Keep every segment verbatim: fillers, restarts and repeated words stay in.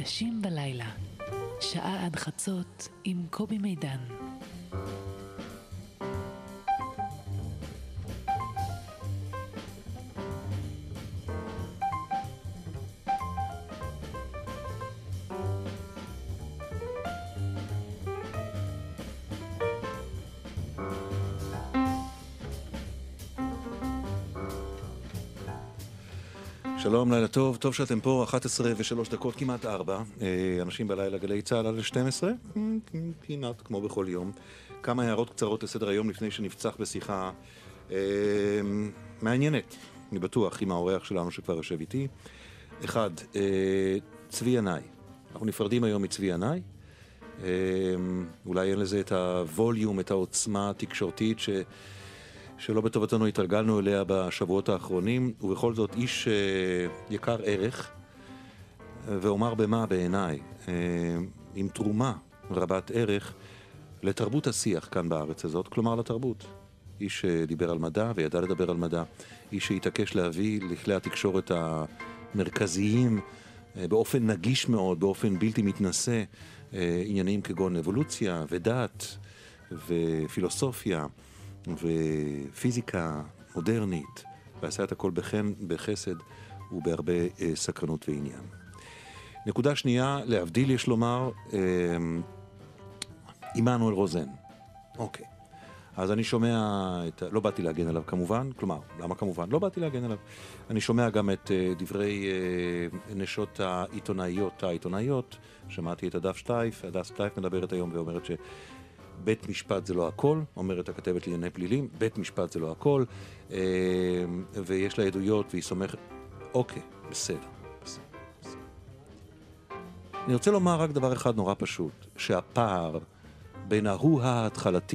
חדשים בלילה, שעה עד חצות עם קובי מידן. שלום, לילה טוב, טוב שאתם פה, אחת עשרה ושלוש דקות, כמעט ארבע, אנשים בלילה גלי צהל על שתים עשרה, כמעט כמו בכל יום. כמה הערות קצרות לסדר היום לפני שנפצח בשיחה מעניינת, אני בטוח, עם האורח שלנו שכבר יושב איתי. אחד, צבי ינאי, אנחנו נפרדים היום מצבי ינאי, אולי אין לזה את הווליום, את העוצמה התקשורתית ש... שלא בטובתנו התרגלנו אליה בשבועות האחרונים, ובכל זאת איש uh, יקר ערך, ואומר במה בעיניי, uh, עם תרומה רבת ערך לתרבות השיח כאן בארץ הזאת, כלומר לתרבות. איש שדיבר על מדע וידע לדבר על מדע, איש שהתעקש להביא לכלי התקשורת המרכזיים uh, באופן נגיש מאוד, באופן בלתי מתנשא, uh, עניינים כגון אבולוציה ודעת ופילוסופיה, ופיזיקה מודרנית, ועשה את הכל בחן, בחסד ובהרבה אה, סקרנות ועניין. נקודה שנייה, להבדיל יש לומר, אה, עמנואל רוזן. אוקיי. אז אני שומע, את, לא באתי להגן עליו כמובן, כלומר, למה כמובן? לא באתי להגן עליו. אני שומע גם את אה, דברי אה, נשות העיתונאיות, העיתונאיות, שמעתי את הדף שטייף, הדף שטייף מדברת היום ואומרת ש... בית משפט זה לא הכל, אומרת הכתבת לענייני פלילים, בית משפט זה לא הכל, ויש לה עדויות והיא סומכת, אוקיי, בסדר, בסדר, בסדר. אני רוצה לומר רק דבר אחד נורא פשוט, שהפער בין ההוא ההתחלתי,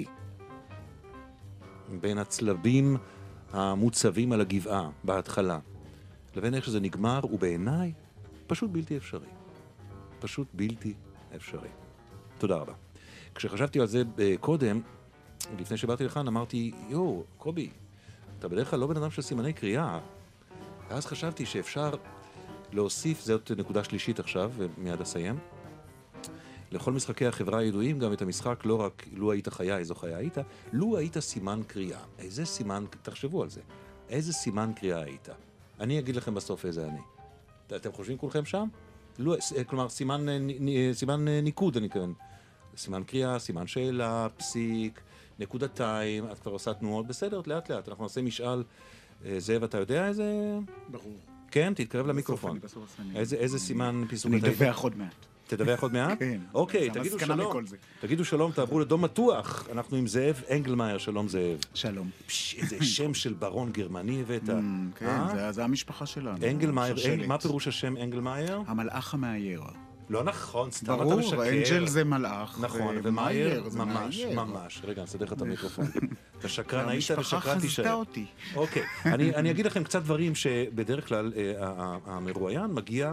בין הצלבים המוצבים על הגבעה בהתחלה, לבין איך שזה נגמר, הוא בעיניי פשוט בלתי אפשרי. פשוט בלתי אפשרי. תודה רבה. כשחשבתי על זה קודם, לפני שבאתי לכאן, אמרתי, יו, קובי, אתה בדרך כלל לא בן אדם של סימני קריאה. ואז חשבתי שאפשר להוסיף, זאת נקודה שלישית עכשיו, ומיד אסיים, לכל משחקי החברה הידועים, גם את המשחק, לא רק לו היית חיה, איזו חיה היית, לו היית סימן קריאה. איזה סימן, תחשבו על זה, איזה סימן קריאה היית? אני אגיד לכם בסוף איזה אני. אתם חושבים כולכם שם? לו, כלומר, סימן, סימן ניקוד, אני כאן. סימן קריאה, סימן שאלה, פסיק, נקודתיים, את כבר עושה תנועות, בסדר, לאט לאט, אנחנו נעשה משאל. זאב, אתה יודע איזה? ברור. כן, תתקרב למיקרופון. איזה, איזה סימן פיסוק? אני אדווח עוד מעט. תדווח עוד מעט? כן. אוקיי, תגידו שלום. תגידו שלום, תעברו לדום מתוח. אנחנו עם זאב אנגלמאייר, שלום זאב. שלום. איזה שם של ברון גרמני הבאת. כן, זה המשפחה שלנו. אנגלמאייר, מה פירוש השם אנגלמאייר? המלאך המאייר. לא נכון, סתם אתה משקר. ברור, אנג'ל זה מלאך. נכון, ומאייר זה ממש, ממש. רגע, נסדר לך את המיקרופון. אתה שקרן היית ושקרן תישאר. אותי. אוקיי, אני אגיד לכם קצת דברים שבדרך כלל המרואיין מגיע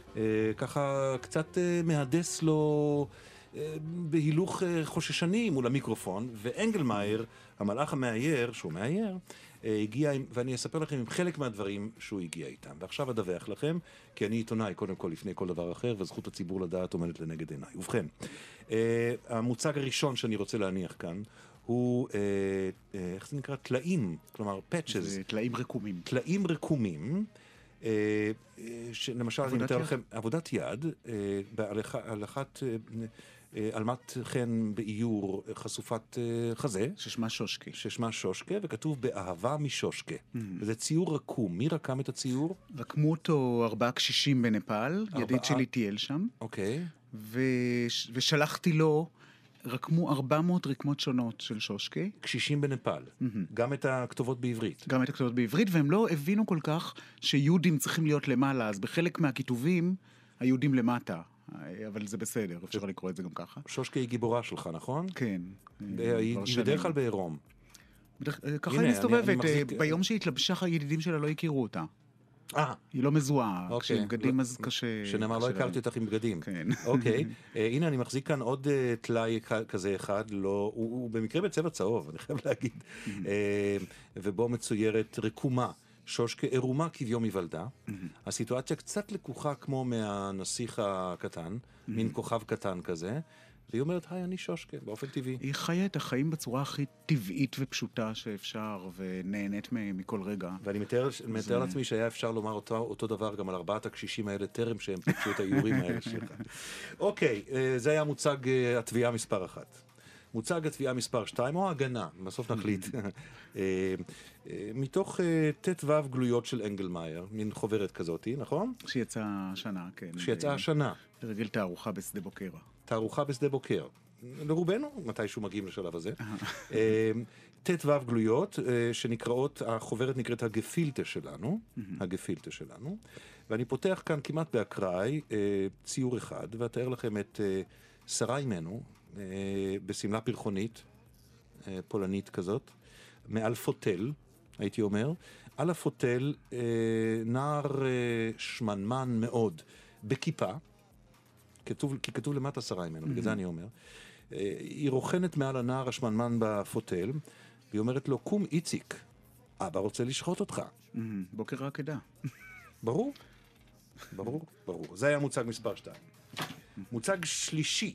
ככה קצת מהדס לו בהילוך חוששני מול המיקרופון, ואנגלמאייר, המלאך המאייר, שהוא מאייר, הגיע, ואני אספר לכם עם חלק מהדברים שהוא הגיע איתם. ועכשיו אדווח לכם, כי אני עיתונאי קודם כל לפני כל דבר אחר, וזכות הציבור לדעת עומדת לנגד עיניי. ובכן, המוצג הראשון שאני רוצה להניח כאן, הוא, איך זה נקרא? תלאים, כלומר, patches. זה תלאים רקומים. תלאים רקומים, למשל, אני מתאר לכם, עבודת יד, על אחת... אלמת חן באיור חשופת חזה. ששמה שושקה. ששמה שושקה, וכתוב באהבה משושקה. Mm-hmm. וזה ציור רקום. מי רקם את הציור? רקמו אותו ארבעה קשישים בנפאל. ארבע... ידיד שלי טייל שם. אוקיי. ו... ושלחתי לו, רקמו ארבע מאות רקמות שונות של שושקה. קשישים בנפאל. Mm-hmm. גם את הכתובות בעברית. גם את הכתובות בעברית, והם לא הבינו כל כך שיהודים צריכים להיות למעלה. אז בחלק מהכיתובים, היהודים למטה. אבל זה בסדר, אפשר לקרוא את זה גם ככה. שושקה היא גיבורה שלך, נכון? כן. היא בדרך כלל בעירום. ככה היא מסתובבת, ביום שהתלבשה הידידים שלה לא הכירו אותה. אה. היא לא מזוהה, כשהם בגדים אז קשה... שנאמר, לא הכרתי אותך עם בגדים. כן. אוקיי, הנה אני מחזיק כאן עוד תלאי כזה אחד, הוא במקרה בצבע צהוב, אני חייב להגיד, ובו מצוירת רקומה שושקה עירומה כביום היוולדה. הסיטואציה קצת לקוחה כמו מהנסיך הקטן, מין כוכב קטן כזה, והיא אומרת, היי, אני שושקה, באופן טבעי. היא חיה את החיים בצורה הכי טבעית ופשוטה שאפשר, ונהנית מכל רגע. ואני מתאר, מתאר לעצמי שהיה אפשר לומר אותו, אותו דבר גם על ארבעת הקשישים האלה, טרם שהם פגשו את האיורים האלה שלך. אוקיי, זה היה מוצג התביעה מספר אחת. מוצג התביעה מספר שתיים, או הגנה, בסוף נחליט. מתוך ט' ו' גלויות של אנגלמאייר, מין חוברת כזאת, נכון? שיצאה השנה, כן. שיצאה השנה. לרגל תערוכה בשדה בוקר. תערוכה בשדה בוקר. לרובנו, מתישהו מגיעים לשלב הזה. ט' ו' גלויות, שנקראות, החוברת נקראת הגפילטה שלנו, הגפילטה שלנו, ואני פותח כאן כמעט באקראי ציור אחד, ואתאר לכם את שרה אימנו, בסמלה פרחונית, פולנית כזאת, מעל פוטל, הייתי אומר, על הפוטל נער שמנמן מאוד, בכיפה, כתוב, כי כתוב למטה שרה אימנו, בגלל זה אני אומר, היא רוחנת מעל הנער השמנמן בפוטל, והיא אומרת לו, קום איציק, אבא רוצה לשחוט אותך. בוקר רק עדה. ברור, ברור, ברור. זה היה מוצג מספר שתיים. מוצג שלישי,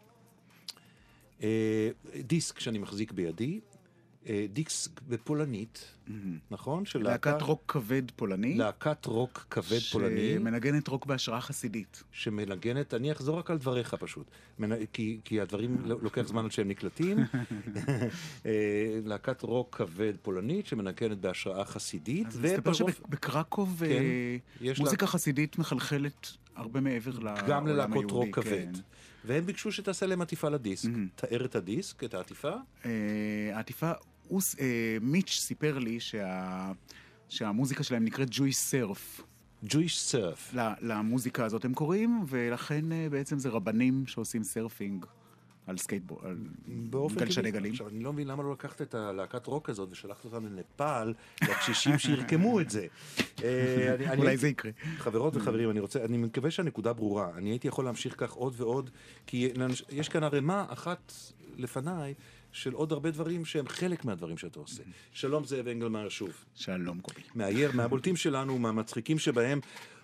דיסק שאני מחזיק בידי, דיסק בפולנית, נכון? להקת רוק כבד פולני. להקת רוק כבד פולני. שמנגנת רוק בהשראה חסידית. שמנגנת, אני אחזור רק על דבריך פשוט, כי הדברים לוקח זמן עד שהם נקלטים. להקת רוק כבד פולנית שמנגנת בהשראה חסידית. אז מסתבר שבקרקוב מוזיקה חסידית מחלחלת הרבה מעבר לעולם היהודי. גם ללהקות רוק כבד. והם ביקשו שתעשה להם עטיפה לדיסק. תאר את הדיסק, את העטיפה. העטיפה, מיץ' סיפר לי שהמוזיקה שלהם נקראת Jewish Surf. Jewish Surf. למוזיקה הזאת הם קוראים, ולכן בעצם זה רבנים שעושים סרפינג על סקייטבורד, על גלשני גלים. עכשיו, אני לא מבין למה לא לקחת את הלהקת רוק הזאת ושלחת אותם לנפאל, לקשישים שירקמו את זה. אולי זה יקרה. חברות וחברים, אני רוצה, אני מקווה שהנקודה ברורה. אני הייתי יכול להמשיך כך עוד ועוד, כי יש כאן הרמה אחת לפניי, של עוד הרבה דברים שהם חלק מהדברים שאתה עושה. שלום זאב אנגלמאייר שוב. שלום קובי. מאייר, מהבולטים שלנו, מהמצחיקים שבהם,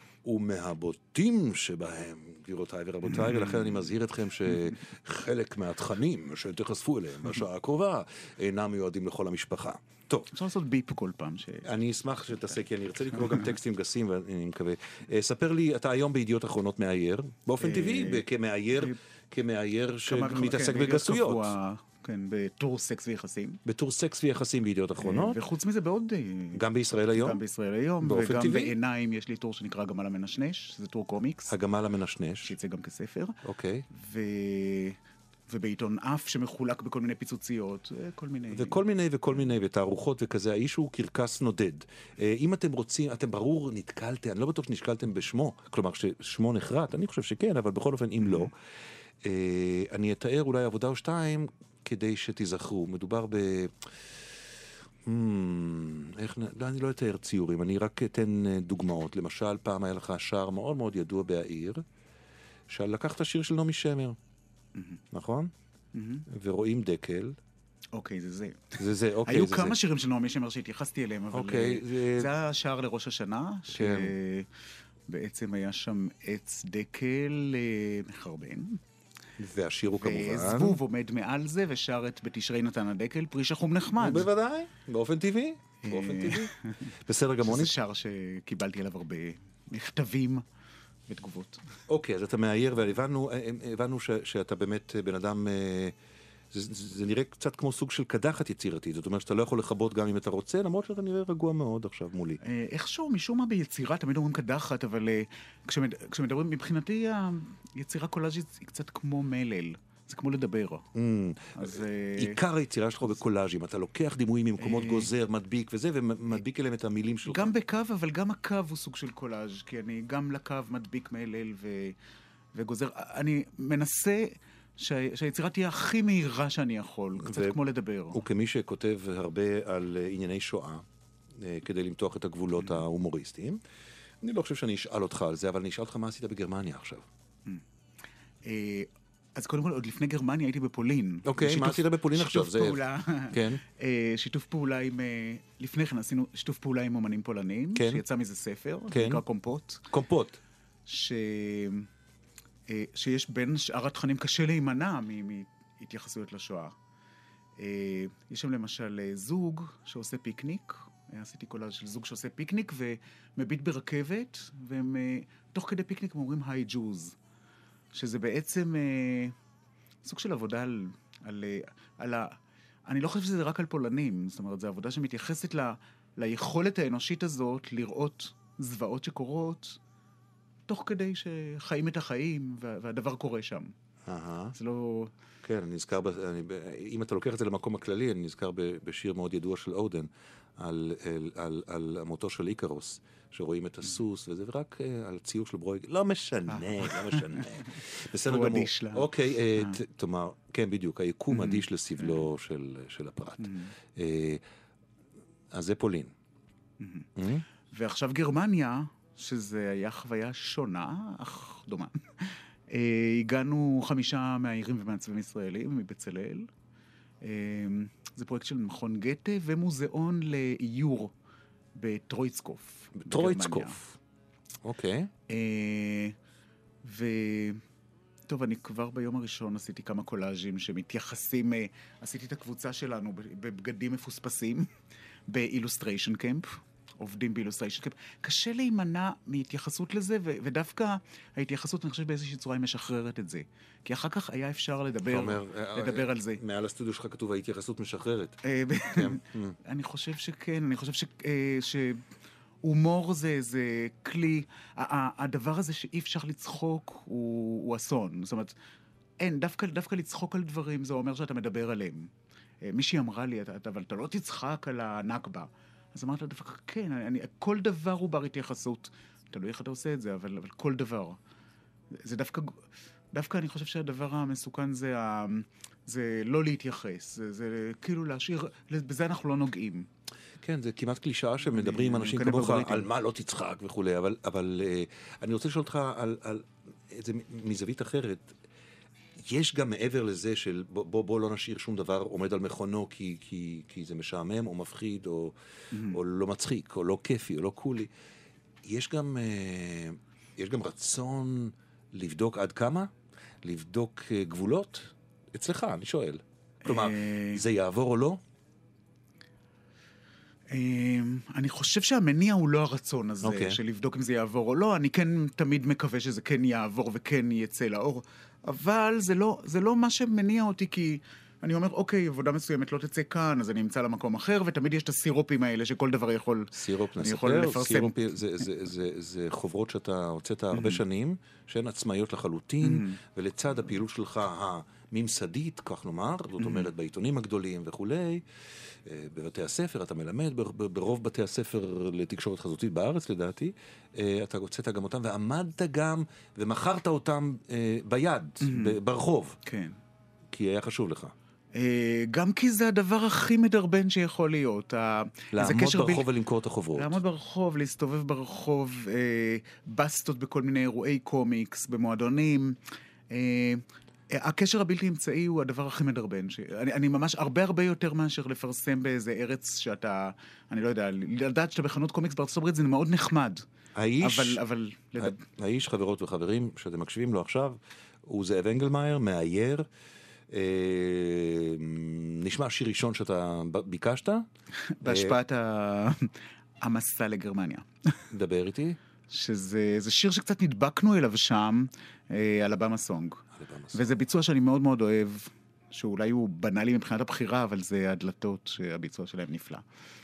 ומהבוטים שבהם, גבירותיי ורבותיי, ולכן אני מזהיר אתכם שחלק מהתכנים שתחשפו אליהם בשעה הקרובה אינם מיועדים לכל המשפחה. טוב. אפשר לעשות ביפ כל פעם. ש... אני אשמח שתעשה, כי אני ארצה לקרוא גם טקסטים גסים, ואני מקווה. ספר לי, אתה היום בידיעות אחרונות מאייר, באופן טבעי, כמאייר, כמאייר שמתעסק בגסויות. כן, בטור סקס ויחסים. בטור סקס ויחסים בידיעות אחרונות. וחוץ מזה בעוד... גם בישראל היום? גם בישראל היום. באופן טבעי. וגם בעיניים יש לי טור שנקרא הגמל המנשנש, זה טור קומיקס. הגמל המנשנש. שיצא גם כספר. אוקיי. ו... ובעיתון אף שמחולק בכל מיני פיצוציות, כל מיני... וכל מיני וכל מיני, ותערוכות וכזה, האיש הוא קרקס נודד. אם אתם רוצים, אתם ברור נתקלתם, אני לא בטוח שנשקלתם בשמו, כלומר ששמו נחרט, אני חושב שכן, אבל בכל אופן, אם לא, אני אתאר אולי עבודה או שתיים, כדי שתיזכרו. מדובר ב... Hmm, איך... לא, אני לא אתאר ציורים, אני רק אתן דוגמאות. למשל, פעם היה לך שער מאוד מאוד ידוע בעיר, שלקחת שיר של נעמי שמר, mm-hmm. נכון? Mm-hmm. ורואים דקל. אוקיי, זה זה. זה זה, אוקיי. היו זה כמה זה. שירים של נעמי שמר שהתייחסתי אליהם, אבל אוקיי, זה... זה היה שער לראש השנה, כן. שבעצם היה שם עץ דקל מחרבן. והשיר הוא כמובן... וזבוב עומד מעל זה, ושר את בתשרי נתן הדקל, פרי שחום נחמד. בוודאי, באופן טבעי. באופן טבעי. בסדר גמור. שזה שר שקיבלתי עליו הרבה מכתבים ותגובות. אוקיי, אז אתה מאייר, והבנו הבנו שאתה באמת בן אדם... זה, זה נראה קצת כמו סוג של קדחת יצירתית, זאת אומרת שאתה לא יכול לחבות גם אם אתה רוצה, למרות שאתה נראה רגוע מאוד עכשיו מולי. איכשהו, משום מה ביצירה, תמיד אומרים קדחת, אבל כשמד... כשמדברים, מבחינתי היצירה קולאז'ית היא קצת כמו מלל, זה כמו לדבר. Mm. אז, עיקר היצירה שלך בקולאז'ים, אתה לוקח דימויים ממקומות גוזר, מדביק וזה, ומדביק אליהם את המילים שלך. גם בקו, אבל גם הקו הוא סוג של קולאז', כי אני גם לקו מדביק מלל ו... וגוזר. אני מנסה... שהיצירה תהיה הכי מהירה שאני יכול, קצת כמו לדבר. וכמי שכותב הרבה על ענייני שואה, כדי למתוח את הגבולות ההומוריסטיים, אני לא חושב שאני אשאל אותך על זה, אבל אני אשאל אותך מה עשית בגרמניה עכשיו. אז קודם כל, עוד לפני גרמניה הייתי בפולין. אוקיי, מה עשית בפולין עכשיו? שיתוף פעולה. כן. שיתוף פעולה עם... לפני כן עשינו שיתוף פעולה עם אומנים פולנים, שיצא מזה ספר, נקרא קומפוט. קומפוט. ש... שיש בין שאר התכנים קשה להימנע מהתייחסויות לשואה. יש שם למשל זוג שעושה פיקניק, עשיתי קולאז' של זוג שעושה פיקניק ומביט ברכבת, והם תוך כדי פיקניק הם אומרים היי ג'וז, שזה בעצם סוג של עבודה על, על, על ה... אני לא חושב שזה רק על פולנים, זאת אומרת, זו עבודה שמתייחסת ל, ליכולת האנושית הזאת לראות זוועות שקורות, תוך כדי שחיים את החיים, והדבר קורה שם. זה לא... כן, אני נזכר, אם אתה לוקח את זה למקום הכללי, אני נזכר בשיר מאוד ידוע של אודן, על, על, על, על המותו של איקרוס, שרואים את הסוס וזה, ורק על הציור של ברויג, לא משנה, לא משנה. בסדר גמור. אוקיי, תאמר, כן, בדיוק, היקום אדיש לסבלו של הפרט. אז זה פולין. ועכשיו גרמניה, שזה היה חוויה שונה, אך דומה. הגענו חמישה מהעירים ומעצבים ישראלים מבצלאל. זה פרויקט של מכון גתה ומוזיאון לאיור בטרויצקוף. בטרויצקוף. אוקיי. ו... טוב, אני כבר ביום הראשון עשיתי כמה קולאז'ים שמתייחסים, עשיתי את הקבוצה שלנו בבגדים מפוספסים, באילוסטריישן קמפ. עובדים באילוסטריישן קמפ. קשה להימנע מהתייחסות לזה, ו- ודווקא ההתייחסות, אני חושב באיזושהי צורה היא משחררת את זה. כי אחר כך היה אפשר לדבר, אומר, לדבר על זה. מעל הסטודיו שלך כתוב, ההתייחסות משחררת. אני חושב שכן, אני חושב ש... הומור זה, זה כלי, הדבר הזה שאי אפשר לצחוק הוא, הוא אסון. זאת אומרת, אין, דווקא, דווקא לצחוק על דברים, זה אומר שאתה מדבר עליהם. מישהי אמרה לי, אתה, אבל אתה לא תצחק על הנכבה. אז אמרת לה דווקא, כן, אני, כל דבר הוא בר התייחסות. תלוי איך אתה עושה את זה, אבל, אבל כל דבר. זה דווקא, דווקא אני חושב שהדבר המסוכן זה, ה, זה לא להתייחס. זה, זה כאילו להשאיר, בזה אנחנו לא נוגעים. כן, זה כמעט קלישאה שמדברים עם אנשים כמוך על מה לא תצחק וכו', אבל, אבל אני רוצה לשאול אותך על, על איזה מזווית אחרת. יש גם מעבר לזה של בוא, בוא, בוא לא נשאיר שום דבר עומד על מכונו כי, כי, כי זה משעמם או מפחיד או, mm-hmm. או לא מצחיק או לא כיפי או לא קולי. יש גם, יש גם רצון לבדוק עד כמה? לבדוק גבולות? אצלך, אני שואל. כלומר, זה יעבור או לא? אני חושב שהמניע הוא לא הרצון הזה, okay. של לבדוק אם זה יעבור או לא. אני כן תמיד מקווה שזה כן יעבור וכן יצא לאור. אבל זה לא, זה לא מה שמניע אותי, כי אני אומר, אוקיי, עבודה מסוימת לא תצא כאן, אז אני אמצא למקום אחר, ותמיד יש את הסירופים האלה שכל דבר יכול, סירופ אני יכול לפרסם. סירופ זה, זה, זה, זה חוברות שאתה הוצאת הרבה שנים, שהן עצמאיות לחלוטין, ולצד הפעילות שלך הממסדית, כך נאמר, זאת אומרת, בעיתונים הגדולים וכולי, בבתי הספר, אתה מלמד, ברוב בתי הספר לתקשורת חזותית בארץ, לדעתי, אתה הוצאת גם אותם, ועמדת גם, ומכרת אותם ביד, ברחוב. כן. כי היה חשוב לך. גם כי זה הדבר הכי מדרבן שיכול להיות. לעמוד ברחוב ולמכור את החוברות. לעמוד ברחוב, להסתובב ברחוב, בסטות בכל מיני אירועי קומיקס, במועדונים. הקשר הבלתי אמצעי הוא הדבר הכי מדרבן. אני, אני ממש הרבה הרבה יותר מאשר לפרסם באיזה ארץ שאתה, אני לא יודע, לדעת שאתה בחנות קומיקס בארצות הברית זה מאוד נחמד. האיש, אבל, אבל, האיש, חברות וחברים, שאתם מקשיבים לו עכשיו, הוא זאב אנגלמאייר, מאייר. נשמע שיר ראשון שאתה ביקשת. בהשפעת המסע לגרמניה. דבר איתי. שזה שיר שקצת נדבקנו אליו שם, אלבמה סונג. וזה ביצוע שאני מאוד מאוד אוהב, שאולי הוא בנאלי מבחינת הבחירה, אבל זה הדלתות שהביצוע שלהם נפלא.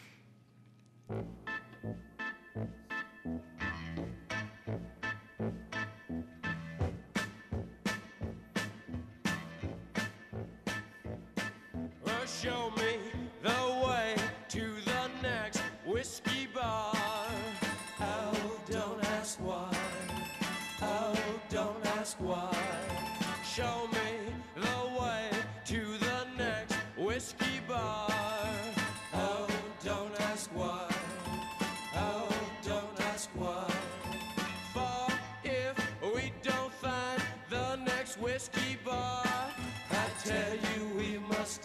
Show me the way to the next whiskey bar. Oh, don't ask why. Oh, don't ask why. Show me the way to the next whiskey bar. Oh, don't ask why. Oh, don't ask why. For if we don't find the next whiskey bar,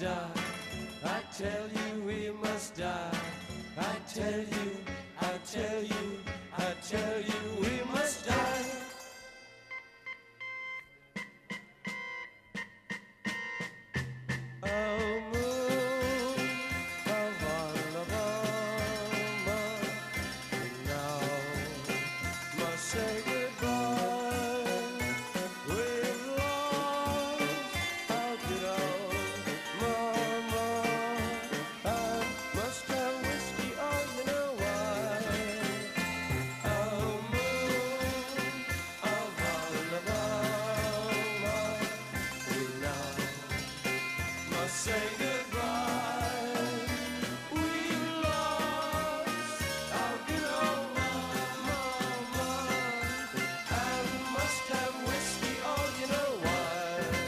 die. I tell you we must die. I tell you, I tell you, I tell you we must die. Oh moon of Alabama, we now must say goodbye. We've lost our good old mama. I must have whiskey, oh you know why. Oh moon of Alabama, we now must say goodbye. We lost our good old mama, and must have whiskey, oh you know why.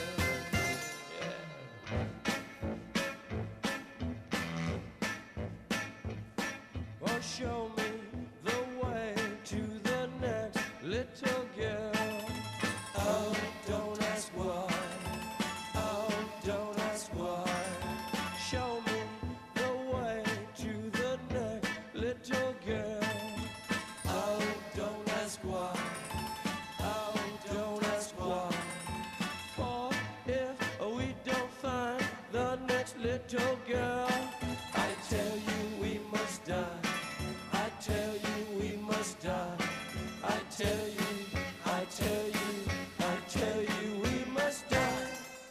Yeah. Oh, show me the way to the next little girl. Oh, don't ask why. Oh, don't ask why. Show me the way to the next little girl. Oh, don't ask why. Oh, don't ask why. For if we don't find the next little girl, I tell you we must die. I tell you we must die. I tell you, I tell you, I tell you we must die.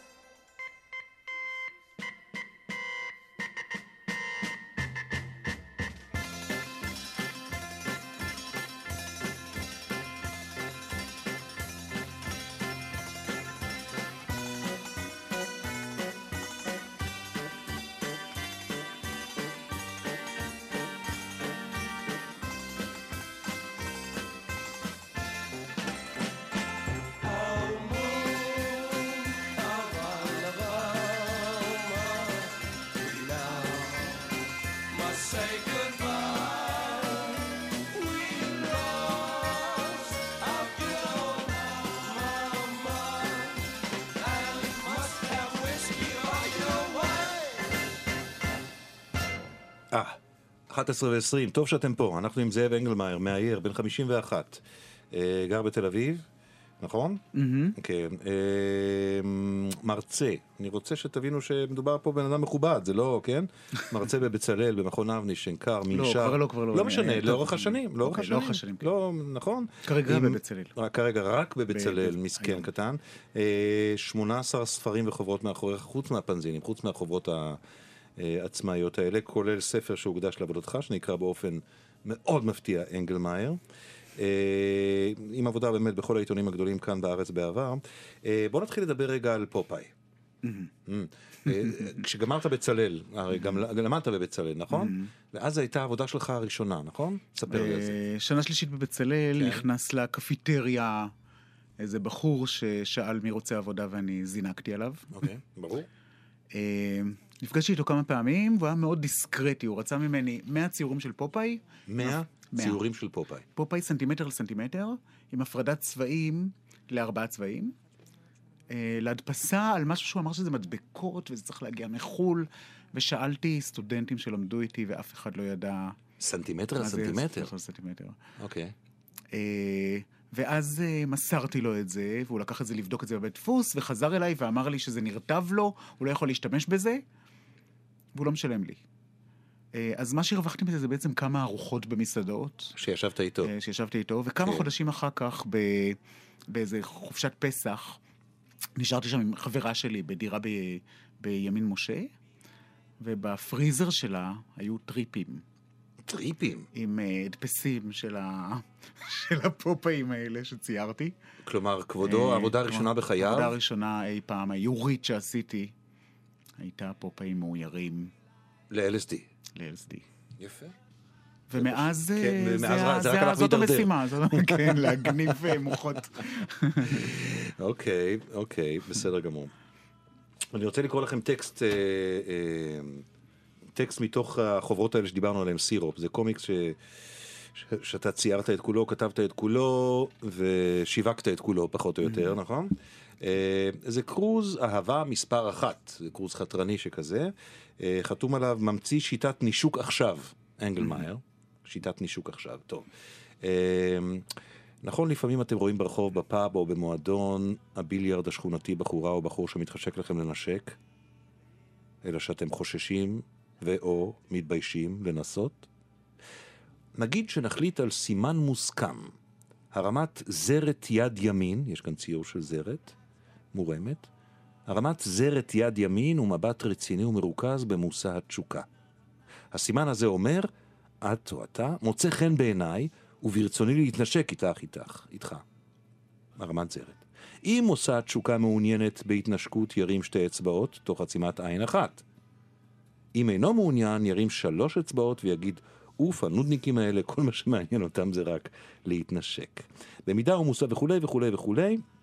Oh moon of Alabama, we now must say goodbye. We lost our good old mama, and must have whiskey, oh you know why. אה, אחת עשרה ועשרים, טוב שאתם פה, אנחנו עם זאב אנגלמאייר, מאייר, בן חמישים ואחת, אה, גר בתל אביב, נכון? כן, אה, מרצה, אני רוצה שתבינו שמדובר פה בן אדם מכובד, זה לא, כן? מרצה בבצלאל, במכון אבני, שנקר, מנשר. כבר לא, כבר לא. לא משנה, אה, לאורך טוב, השנים, לאורך אוקיי, לאורך השנים, השנים. לא, נכון? כרגע עם- בבצלאל. רק- כרגע רק בבצלאל, ב- מסכן היום. קטן. אה, שמונה עשר ספרים וחוברות מאחוריך, חוץ מהפנזינים, חוץ מהחוברות העצמאיות האלה, כולל ספר שהוקדש לעבודתך, שנקרא באופן מאוד מפתיע אנגלמאייר. אה, עם עבודה באמת בכל העיתונים הגדולים כאן בארץ בעבר. אה, בוא נתחיל לדבר רגע על פופאי. Mm. אה, כשגמרת בצלאל, הרי גם למדת בבצלאל, נכון? ואז הייתה העבודה שלך הראשונה, נכון? ספר לי על זה. אה, שנה שלישית בבצלאל, כן. נכנס לקפיטריה איזה בחור ששאל מי רוצה עבודה ואני זינקתי עליו. אוקיי, ברור. אה, נפגשתי איתו כמה פעמים, והוא היה מאוד דיסקרטי, הוא רצה ממני מאה ציורים של פופאי, מאה מאה. ציורים של פופאי. פופאי סנטימטר לסנטימטר, עם הפרדת צבעים לארבעה צבעים, אה, להדפסה על משהו שהוא אמר שזה מדבקות וזה צריך להגיע מחול, ושאלתי סטודנטים שלמדו איתי ואף אחד לא ידע סנטימטר מה זה לסנטימטר? סנטימטר לסנטימטר. אוקיי. אה, ואז אה, מסרתי לו את זה, והוא לקח את זה לבדוק את זה בבית דפוס, וחזר אליי ואמר לי שזה נרטב לו, הוא לא יכול להשתמש בזה, והוא לא משלם לי. אה, אז מה שהרווחתי מזה זה בעצם כמה ארוחות במסעדות, שישבת איתו. אה, שישבתי איתו, וכמה כן. חודשים אחר כך, ב... באיזה חופשת פסח, נשארתי שם עם חברה שלי בדירה ב... בימין משה, ובפריזר שלה היו טריפים. טריפים. עם אה, הדפסים של, ה... של הפופאים האלה שציירתי. כלומר, כבודו, אה, העבודה הראשונה בחייו? העבודה הראשונה אי פעם, היורית שעשיתי, הייתה פופאים מאוירים ל-אל אס די. ל-אל אס די. יפה. ומאז כן, אה, ומאז זה רק- ה- זה זה רק ה- הלך זאת והידרדר. המשימה, זאת- כן, להגניב אה, מוחות. אוקיי, אוקיי, בסדר גמור. אני רוצה לקרוא לכם טקסט, אה, אה, טקסט מתוך החוברות האלה שדיברנו עליהם, סירופ. זה קומיקס ש... ש... שאתה ציירת את כולו, כתבת את כולו, ושיווקת את כולו, פחות או יותר, נכון? אה, זה קרוז אהבה מספר אחת, זה קרוז חתרני שכזה, אה, חתום עליו ממציא שיטת נישוק עכשיו, אנגלמאייר, שיטת נישוק עכשיו, טוב. אה, נכון, לפעמים אתם רואים ברחוב, בפאב או במועדון, הביליארד השכונתי, בחורה או בחור שמתחשק לכם לנשק, אלא שאתם חוששים ואו מתביישים לנסות. נגיד שנחליט על סימן מוסכם, הרמת זרת יד ימין, יש כאן ציור של זרת, מורמת, הרמת זרת יד ימין ומבט רציני ומרוכז במושא התשוקה. הסימן הזה אומר, את או אתה, מוצא חן בעיניי, וברצוני להתנשק איתך, איתך, איתך. הרמת זרת. אם מושא התשוקה מעוניינת בהתנשקות, ירים שתי אצבעות, תוך עצימת עין אחת. אם אינו מעוניין, ירים שלוש אצבעות ויגיד, אוף, הנודניקים האלה, כל מה שמעניין אותם זה רק להתנשק. במידה ומושא וכו' וכו' וכו'.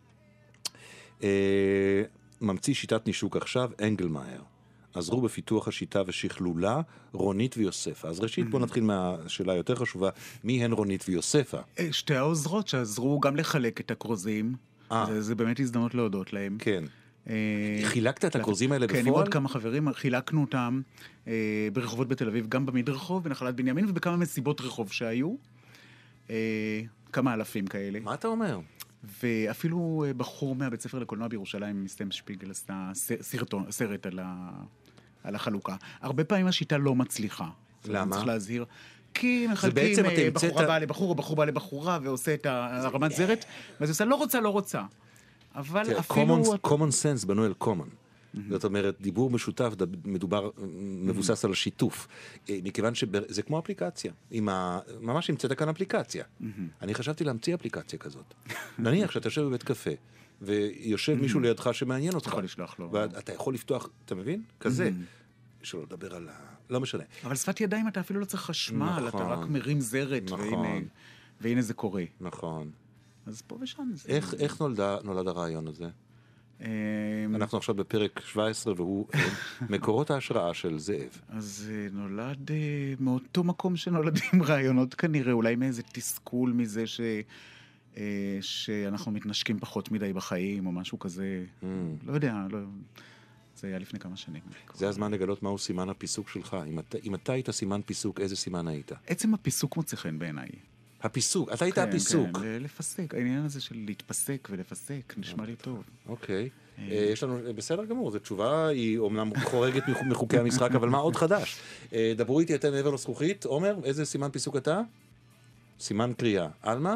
אה, ממציא שיטת נישוק עכשיו, אנגלמאייר. עזרו בפיתוח השיטה ושכלולה, רונית ויוספה. אז ראשית, בוא נתחיל מהשאלה היותר חשובה, מי הן רונית ויוספה? שתי העוזרות שעזרו גם לחלק את הכרוזים. זה, זה באמת הזדמנות להודות להם. כן. חילקת את הכרוזים האלה בפועל? כן, עם עוד כמה חברים, חילקנו אותם אה, ברחובות בתל אביב, גם במדרחוב, בנחלת בנימין, ובכמה מסיבות רחוב שהיו. אה, כמה אלפים כאלה. מה אתה אומר? ואפילו בחור מהבית ספר לקולנוע בירושלים, מסתם שפיגל, עשתה סרטון, סרט על, ה, על החלוקה. הרבה פעמים השיטה לא מצליחה. למה? צריך להזהיר. כי מחלקים בחורה באה לבחור, או בחור באה לבחורה, ועושה את הרמת זרת, ואז עושה לא רוצה, לא רוצה. אבל אפילו... common sense בנוי על common. זאת אומרת, דיבור משותף, מדובר, מבוסס על השיתוף. מכיוון שזה כמו אפליקציה. ממש המצאת כאן אפליקציה. אני חשבתי להמציא אפליקציה כזאת. נניח שאתה יושב בבית קפה, ויושב מישהו לידך שמעניין אותך. אתה יכול לשלוח לו. ואתה יכול לפתוח, אתה מבין? כזה. שלא לדבר על ה... לא משנה. אבל שפת ידיים אתה אפילו לא צריך חשמל, אתה רק מרים זרת, והנה זה קורה. נכון. אז פה ושם זה... איך, איך נולדה, נולד הרעיון הזה? אנחנו עכשיו בפרק שבע עשרה, והוא מקורות ההשראה של זאב. אז נולד מאותו מקום שנולדים רעיונות כנראה, אולי מאיזה תסכול מזה ש... שאנחנו מתנשקים פחות מדי בחיים, או משהו כזה. לא יודע, לא... זה היה לפני כמה שנים. זה הזמן לגלות מהו סימן הפיסוק שלך. אם אתה, אם אתה היית סימן פיסוק, איזה סימן היית? עצם הפיסוק מוצא חן בעיניי. הפיסוק, אתה היית הפיסוק. כן, לפסק. העניין הזה של להתפסק ולפסק, נשמע לי טוב. אוקיי. יש לנו, בסדר גמור, זו תשובה, היא אומנם חורגת מחוקי המשחק, אבל מה עוד חדש? דברו איתי אתם מעבר לזכוכית. עומר, איזה סימן פיסוק אתה? סימן קריאה. אלמה?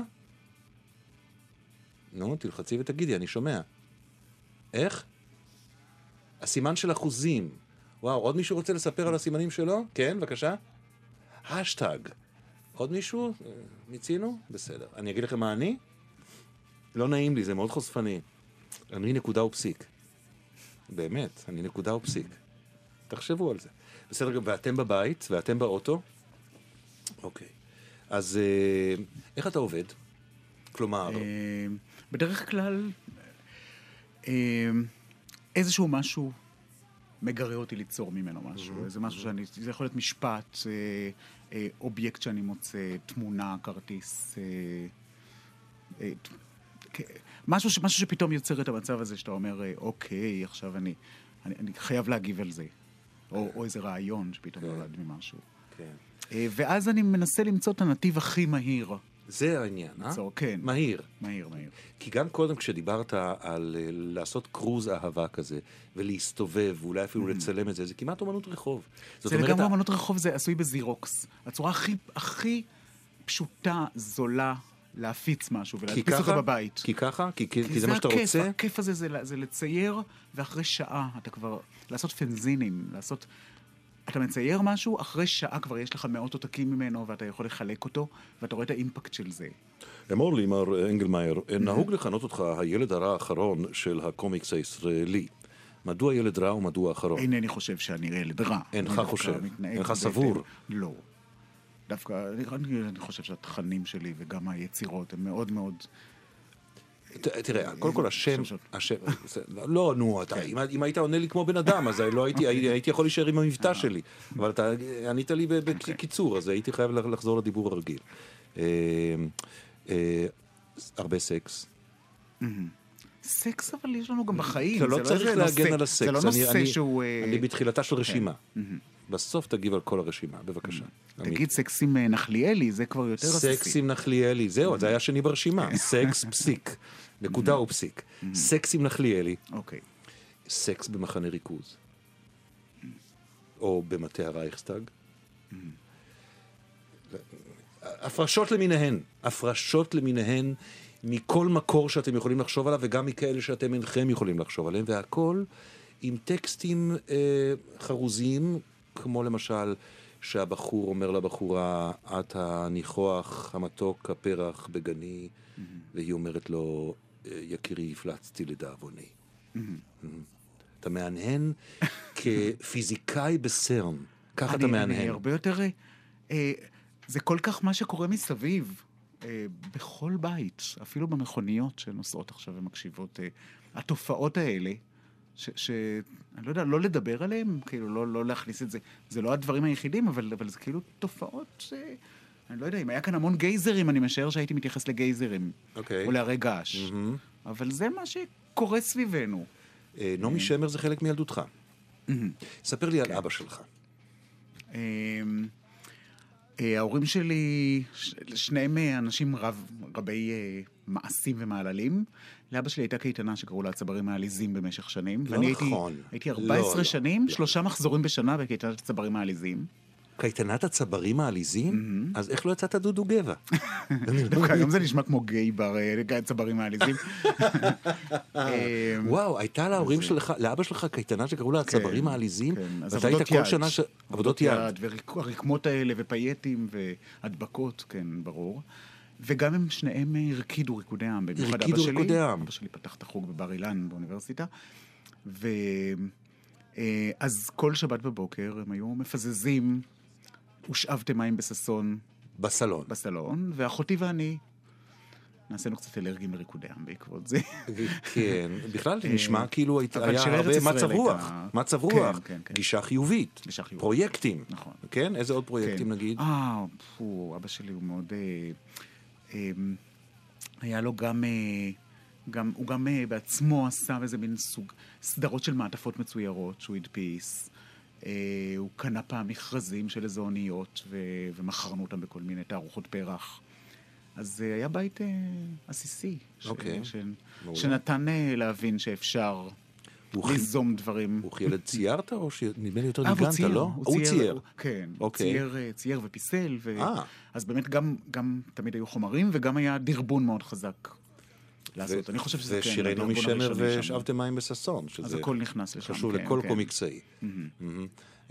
נו, תלחצי ותגידי, אני שומע. איך? הסימן של אחוזים. וואו, עוד מישהו רוצה לספר על הסימנים שלו? כן, בבקשה. השטג. עוד מישהו? מיצינו? בסדר. אני אגיד לכם מה אני? לא נעים לי, זה מאוד חושפני. אני נקודה ופסיק. באמת, אני נקודה ופסיק. תחשבו על זה. בסדר, ואתם בבית, ואתם באוטו? אוקיי. אז איך אתה עובד? כלומר... בדרך כלל, איזשהו משהו מגרה אותי ליצור ממנו משהו. זה משהו שאני... זה יכול להיות משפט, אובייקט שאני מוצא, תמונה, כרטיס... משהו, ש, משהו שפתאום יוצר את המצב הזה שאתה אומר, אוקיי, עכשיו אני, אני, אני חייב להגיב על זה. או, או איזה רעיון שפתאום נולד ממשהו. כן. ואז אני מנסה למצוא את הנתיב הכי מהיר. זה העניין, אה? כן. מהיר. מהיר, מהיר. כי גם קודם כשדיברת על לעשות קרוז אהבה כזה, ולהסתובב, ואולי אפילו לצלם את זה, זה כמעט אומנות רחוב. זה לגמרי אומנות רחוב, זה עשוי בזירוקס. הצורה הכי, הכי פשוטה, זולה, להפיץ משהו ולהדפיס אותו בבית. כי ככה? כי, כי, כי זה מה שאתה רוצה? הכיף, הכיף הזה זה, זה לצייר, ואחרי שעה אתה כבר, לעשות פנזינים, לעשות... אתה מצייר משהו, אחרי שעה כבר יש לך מאות עותקים ממנו, ואתה יכול לחלק אותו, ואתה רואה את האימפקט של זה. אמור לי, מר אנגלמאייר, נהוג לכנות אותך הילד הרע האחרון של הקומיקס הישראלי. מדוע ילד רע ומדוע האחרון? אינני חושב שאני ילד רע. אינך חושב? אינך סבור? לא. דווקא, אני, אני חושב שהתכנים שלי וגם היצירות הם מאוד מאוד... תראה, קודם כל השם, השם, לא, נו, אתה, אם היית עונה לי כמו בן אדם, אז לא הייתי, הייתי יכול להישאר עם המבטא שלי, אבל אתה ענית לי בקיצור, אז הייתי חייב לחזור לדיבור הרגיל. הרבה סקס. סקס אבל יש לנו גם בחיים. אתה לא צריך איזה להגן נושא- על הסקס. זה לא אני- נושא אני- שהוא... אה, אני בתחילתה של רשימה. בסוף תגיב על כל הרשימה, בבקשה. עמית. תגיד סקס עם אה, נחליאלי, זה כבר יותר עסיסי. סקס עם נחליאלי, זהו, זה היה שני ברשימה. סקס פסיק. נקודה ופסיק. סקס עם נחליאלי, אוקיי. סקס במחנה ריכוז. או במטה הרייכסטאג. הפרשות למיניהן. הפרשות למיניהן מכל מקור שאתם יכולים לחשוב עליו, וגם מכאלה שאתם אינכם יכולים לחשוב עליהם, והכל עם טקסטים אה, חרוזיים, כמו למשל שהבחור אומר לבחורה, את הניחוח, המתוק, הפרח בגני, והיא אומרת לו, יקירי, הפלצתי לדאבוני. אתה מהנהן כפיזיקאי בסרן. ככה אתה אני- מהנהן. אני הרבה יותר... אה, אה, זה כל כך מה שקורה מסביב, אה, בכל בית, אפילו במכוניות שנוסעות עכשיו ומקשיבות. אה, התופעות האלה, ש, ש... אני לא יודע, לא לדבר עליהם, כאילו, לא, לא להכניס את זה. זה לא הדברים היחידים, אבל, אבל זה כאילו תופעות ש... אני לא יודע, אם היה כאן המון גייזרים, אני משער שהייתי מתייחס לגייזרים. אוקיי. או להרי געש. אבל זה מה שקורה סביבנו. אה, נעמי שמר זה חלק מילדותך. ספר לי על אבא שלך. אה, אה, ההורים שלי, ש- שניהם אה, אנשים רב, רבי אה, מעשים ומעללים. לאבא שלי הייתה קייטנה שקראו לה הצברים העליזים במשך שנים. לא ואני נכון. הייתי, הייתי לא, ארבע עשרה לא, שנים, לא. שלושה מחזורים בשנה בקייטנת הצברים העליזים. קייטנת הצברים העליזים? אז איך לא יצאת דודו גבע? דווקא היום זה נשמע כמו גיי בר, אה, הצברים העליזים. אה, וואו, הייתה להורים שלך, לאבא שלך קייטנה שקראו לה הצברים העליזים? כן, אז ואתה היית עבודות כל יד. שנה ש... עבודות יד. והרקמות האלה, ופייטים, והדבקות, כן, ברור. וגם הם שניהם אה, הרקידו ריקודי עם. במיוחד אבא הרקידו שלי. ריקודי עם. אבא שלי פתח את החוג בבר אילן באוניברסיטה. ו... אה, אז כל שבת בבוקר הם היו מפזזים, ושאבתם מים בססון בסלון. בסלון, ואחותי ואני נעשינו קצת אלרגיים לריקודי עם בעקבות זה. כן, בכלל נשמע כאילו היית- אבל היה של ארץ הרבה ישראל מצב הייתה- רוח. מצב כן, רוח. כן, כן. גישה חיובית. גישה חיובית. פרויקטים. נכון. כן? איזה עוד פרויקטים כן. נגיד? אה, פו, אבא שלי הוא מאוד... אה, אה, היה לו גם... אה, גם הוא גם אה, בעצמו עשה איזה מין סוג סדרות של מעטפות מצוירות שהוא הדפיס. אה, הוא קנה פעם מכרזים של איזה אוניות ו, ומכרנו אותם בכל מיני תערוכות פרח. אז זה היה בית אה, עסיסי. ש- אוקיי. ש- מעולה. שנתן אה, להבין שאפשר הוא חי- ליזום דברים. הוא ילד ציירת או שנדמה לי יותר אה, והוא ניגנת, צייר, לא? הוא צייר. כן, אוקיי. צייר, אה, צייר ופיסל. ו... אה. אז באמת גם, גם תמיד היו חומרים, וגם היה דרבון מאוד חזק לעשות. ו- אני חושב שזה כן, ושירי נעמי הדרבון שמר הראשוני שם. ושאבתם מים בששון. אז שזה הכל נכנס לשם. חשוב כן, לכל כן. קומיקסאי. מהמם.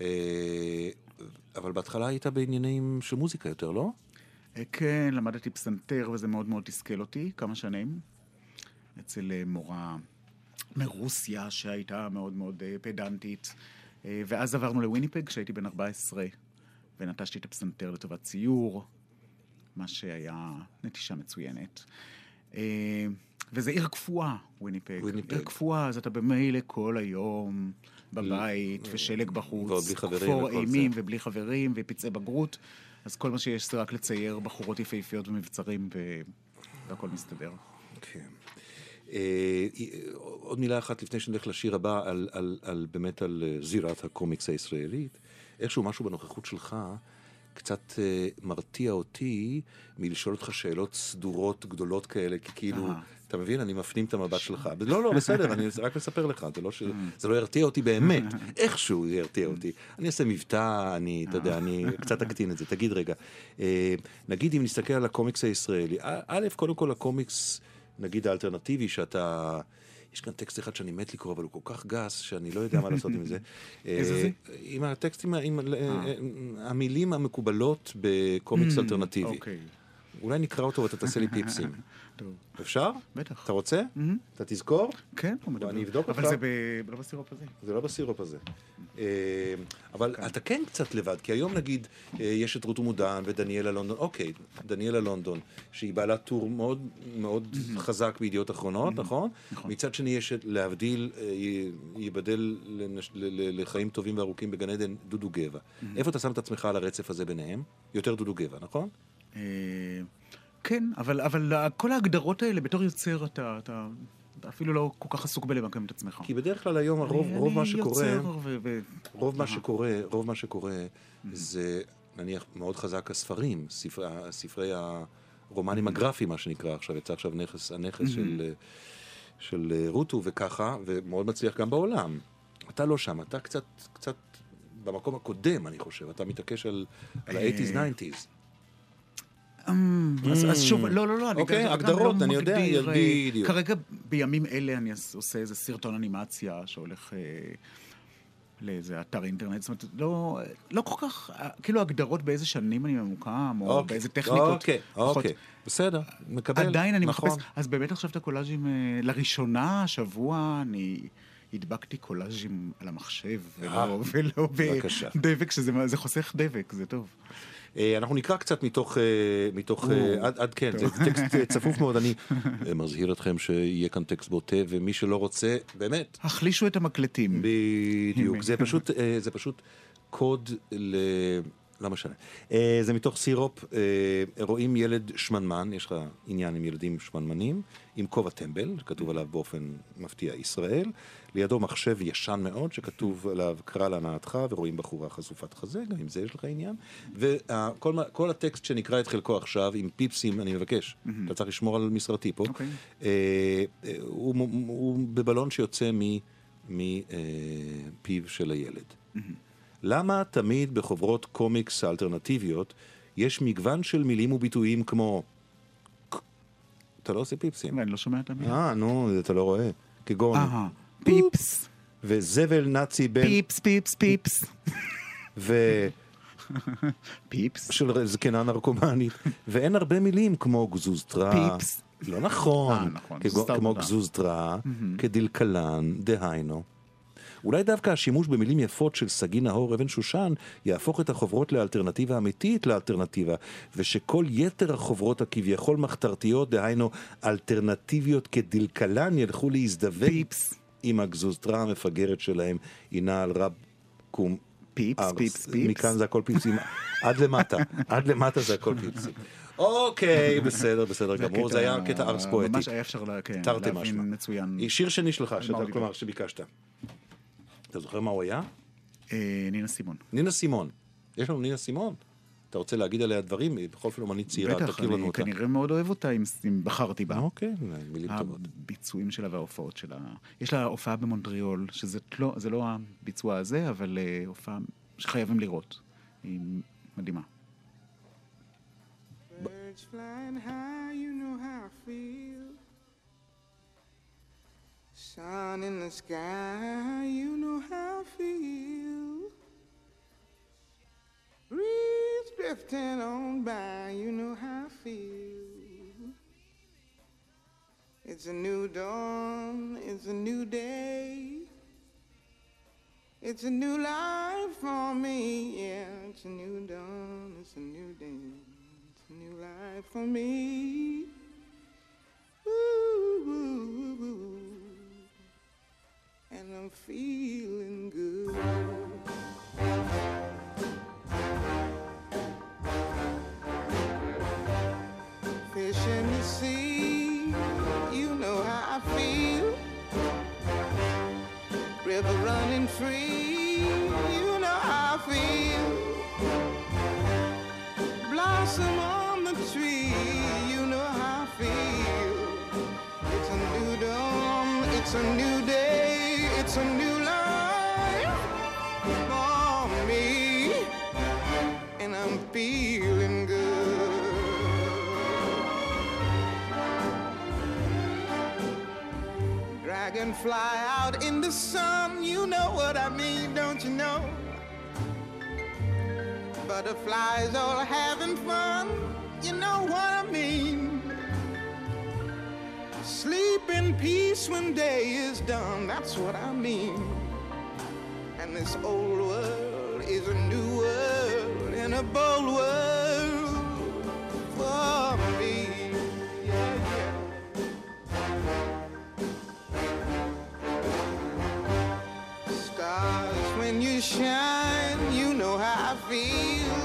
אה, אבל בהתחלה היית בעניינים של מוזיקה יותר, לא? אה, כן, למדתי פסנתר, וזה מאוד מאוד תסכל אותי, כמה שנים. אצל אה, מורה מרוסיה, שהייתה מאוד מאוד אה, פדנטית. אה, ואז עברנו לוויניפג, כשהייתי בן ארבע עשרה, ונטשתי את הפסנתר לטובת ציור, מה שהיה נטישה מצוינת. אה, וזה עיר קפואה, וויניפג. וויניפג. עיר קפואה, אז אתה במילא כל היום בבית, ושלג בחוץ. ועוד בלי חברים כפור וכל אימים, זה. ובלי חברים, ופצעי בגרות. אז כל מה שיש זה רק לצייר בחורות יפהפיות ומבצרים, ו... והכל מסתדר. כן. אה, עוד מילה אחת לפני שנלך לשיר הבא, על, על, על, באמת על אה, זירת הקומיקס הישראלית. איכשהו משהו בנוכחות שלך קצת אה, מרתיע אותי מלשאול אותך שאלות סדורות גדולות כאלה, כי כאילו, אה. אתה מבין, אני מפנים את המבט שלך. לא, לא, בסדר, אני רק מספר לך, זה לא, ש... זה לא ירתיע אותי באמת, איכשהו זה ירתיע אותי. אני אעשה מבטא, אני, אתה יודע, אני קצת אקטין את זה. תגיד רגע, אה, נגיד אם נסתכל על הקומיקס הישראלי, א', קודם כל הקומיקס, נגיד האלטרנטיבי, שאתה... יש כאן טקסט אחד שאני מת לקרוא, אבל הוא כל כך גס, שאני לא יודע מה לעשות עם זה. איזה זה? עם הטקסטים, עם המילים המקובלות בקומיקס אלטרנטיבי. אוקיי. אולי נקרא אותו ואתה תעשה לי פיפסים. טוב. אפשר? בטח. אתה רוצה? אתה תזכור? כן, הוא מדבר. אני אבדוק אבל אותך. זה ב... לא בסירופ הזה. זה לא בסירופ הזה. אה, אבל אתה כן קצת לבד, כי היום נגיד אה, יש את רות ומודן ודניאלה לונדון, אוקיי, דניאלה לונדון, שהיא בעלת טור מאוד מאוד חזק בידיעות אחרונות, נכון? מצד שני יש את להבדיל, אה, י- ייבדל לנש- ל- ל- לחיים טובים וארוכים בגן עדן, דודו גבע. איפה אתה שם את עצמך על הרצף הזה ביניהם? יותר דודו גבע, נכון? אה, כן, אבל, אבל כל ההגדרות האלה, בתור יוצר אתה, אתה אתה אפילו לא כל כך עסוק בלמקם את עצמך. כי בדרך כלל היום הרוב, רוב מה שקורה, ו- ו- רוב מה שקורה, רוב מה שקורה זה נניח מאוד חזק הספרים, ספרי, ספרי הרומנים הגרפיים, מה שנקרא עכשיו, יצא עכשיו נכס, הנכס של, של רוטו וככה, ומאוד מצליח גם בעולם. אתה לא שם, אתה קצת, קצת במקום הקודם, אני חושב, אתה מתעקש על ה-שמונים, תשעים. אז שוב, לא, לא, לא. אוקיי, הגדרות, אני יודע, בדיוק. כרגע בימים אלה אני עושה איזה סרטון אנימציה שהולך לאיזה אתר אינטרנט, זאת אומרת, לא כל כך, כאילו הגדרות באיזה שנים אני ממוקם, או באיזה טכניקות. אוקיי, אוקיי, בסדר, מקבל. עדיין אני מחפש, אז באמת עכשיו את הקולאז'ים, לראשונה, השבוע, אני הדבקתי קולאז'ים על המחשב, ולא בדבק, שזה חוסך דבק, זה טוב. אנחנו נקרא קצת מתוך, מתוך, עד כן, זה טקסט צפוף מאוד, אני מזהיר אתכם שיהיה כאן טקסט בוטה, ומי שלא רוצה, באמת. החלישו את המקלטים. בדיוק, זה פשוט, זה פשוט קוד ל... לא משנה. זה מתוך סירופ, רואים ילד שמנמן, יש לך עניין עם ילדים שמנמנים, עם כובע טמבל, שכתוב עליו באופן מפתיע ישראל, לידו מחשב ישן מאוד, שכתוב עליו קרא להנאתך, ורואים בחורה חשופת חזה, גם עם זה יש לך עניין, וכל הטקסט שנקרא את חלקו עכשיו, עם פיפסים, אני מבקש, אתה צריך לשמור על משרתי פה, הוא בבלון שיוצא מפיו של הילד. למה תמיד בחוברות קומיקס האלטרנטיביות יש מגוון של מילים וביטויים כמו... אתה לא עושה פיפסים. אני לא שומע את המילה. אה, נו, אתה לא רואה. כגון... אה, פיפס. וזבל נאצי בין... פיפס, פיפס, פיפס. ו... פיפס. של זקנה נרקומנית. ואין הרבה מילים כמו גזוזטרה. פיפס. לא נכון. אה, נכון. כמו גזוזטרה, כדלקלן, דהיינו. אולי דווקא השימוש במילים יפות של סגי נהור אבן שושן יהפוך את החוברות לאלטרנטיבה אמיתית לאלטרנטיבה, ושכל יתר החוברות הכביכול מחתרתיות, דהיינו אלטרנטיביות כדלקלן, ילכו להזדווג עם הגזוזטרה המפגרת שלהם, הנה על רב קום פיפס, ארס. פיפס, פיפס. מכאן זה הכל פיפסים, עד למטה, עד למטה זה הכל פיפסים. אוקיי, בסדר, בסדר גמור, זה היה קטע ארס פואטי. ממש היה אפשר להבין מצוין. שיר שני שלך, כלומר שביקשת. אתה זוכר מה הוא היה? נינה סימון. נינה סימון. יש לנו נינה סימון. אתה רוצה להגיד עליה דברים? בכל אופן אומנית צעירה, תכיר לנו אותה. בטח, אני כנראה מאוד אוהב אותה אם בחרתי בה. אוקיי, מילים טובות. הביצועים שלה וההופעות שלה. יש לה הופעה במונטריאול, שזה לא הביצוע הזה, אבל הופעה שחייבים לראות. היא מדהימה. Birds flying high, you know how I feel. Sun in the sky, you know how I feel. Breeze drifting on by, you know how I feel. It's a new dawn, it's a new day. It's a new life for me, yeah. It's a new dawn, it's a new day. It's a new life for me. Ooh, ooh, ooh. And I'm feeling good. Fish in the sea, you know how I feel. River running free, you know how I feel. Blossom on the tree, you know how I feel. It's a new dawn, it's a new day. It's a new life for me, and I'm feeling good. Dragonfly out in the sun, you know what I mean, don't you know? Butterflies all having fun, you know what I mean? Sleep in peace when day is done, that's what I mean. And this old world is a new world and a bold world for me. Yeah, yeah. Stars, when you shine, you know how I feel.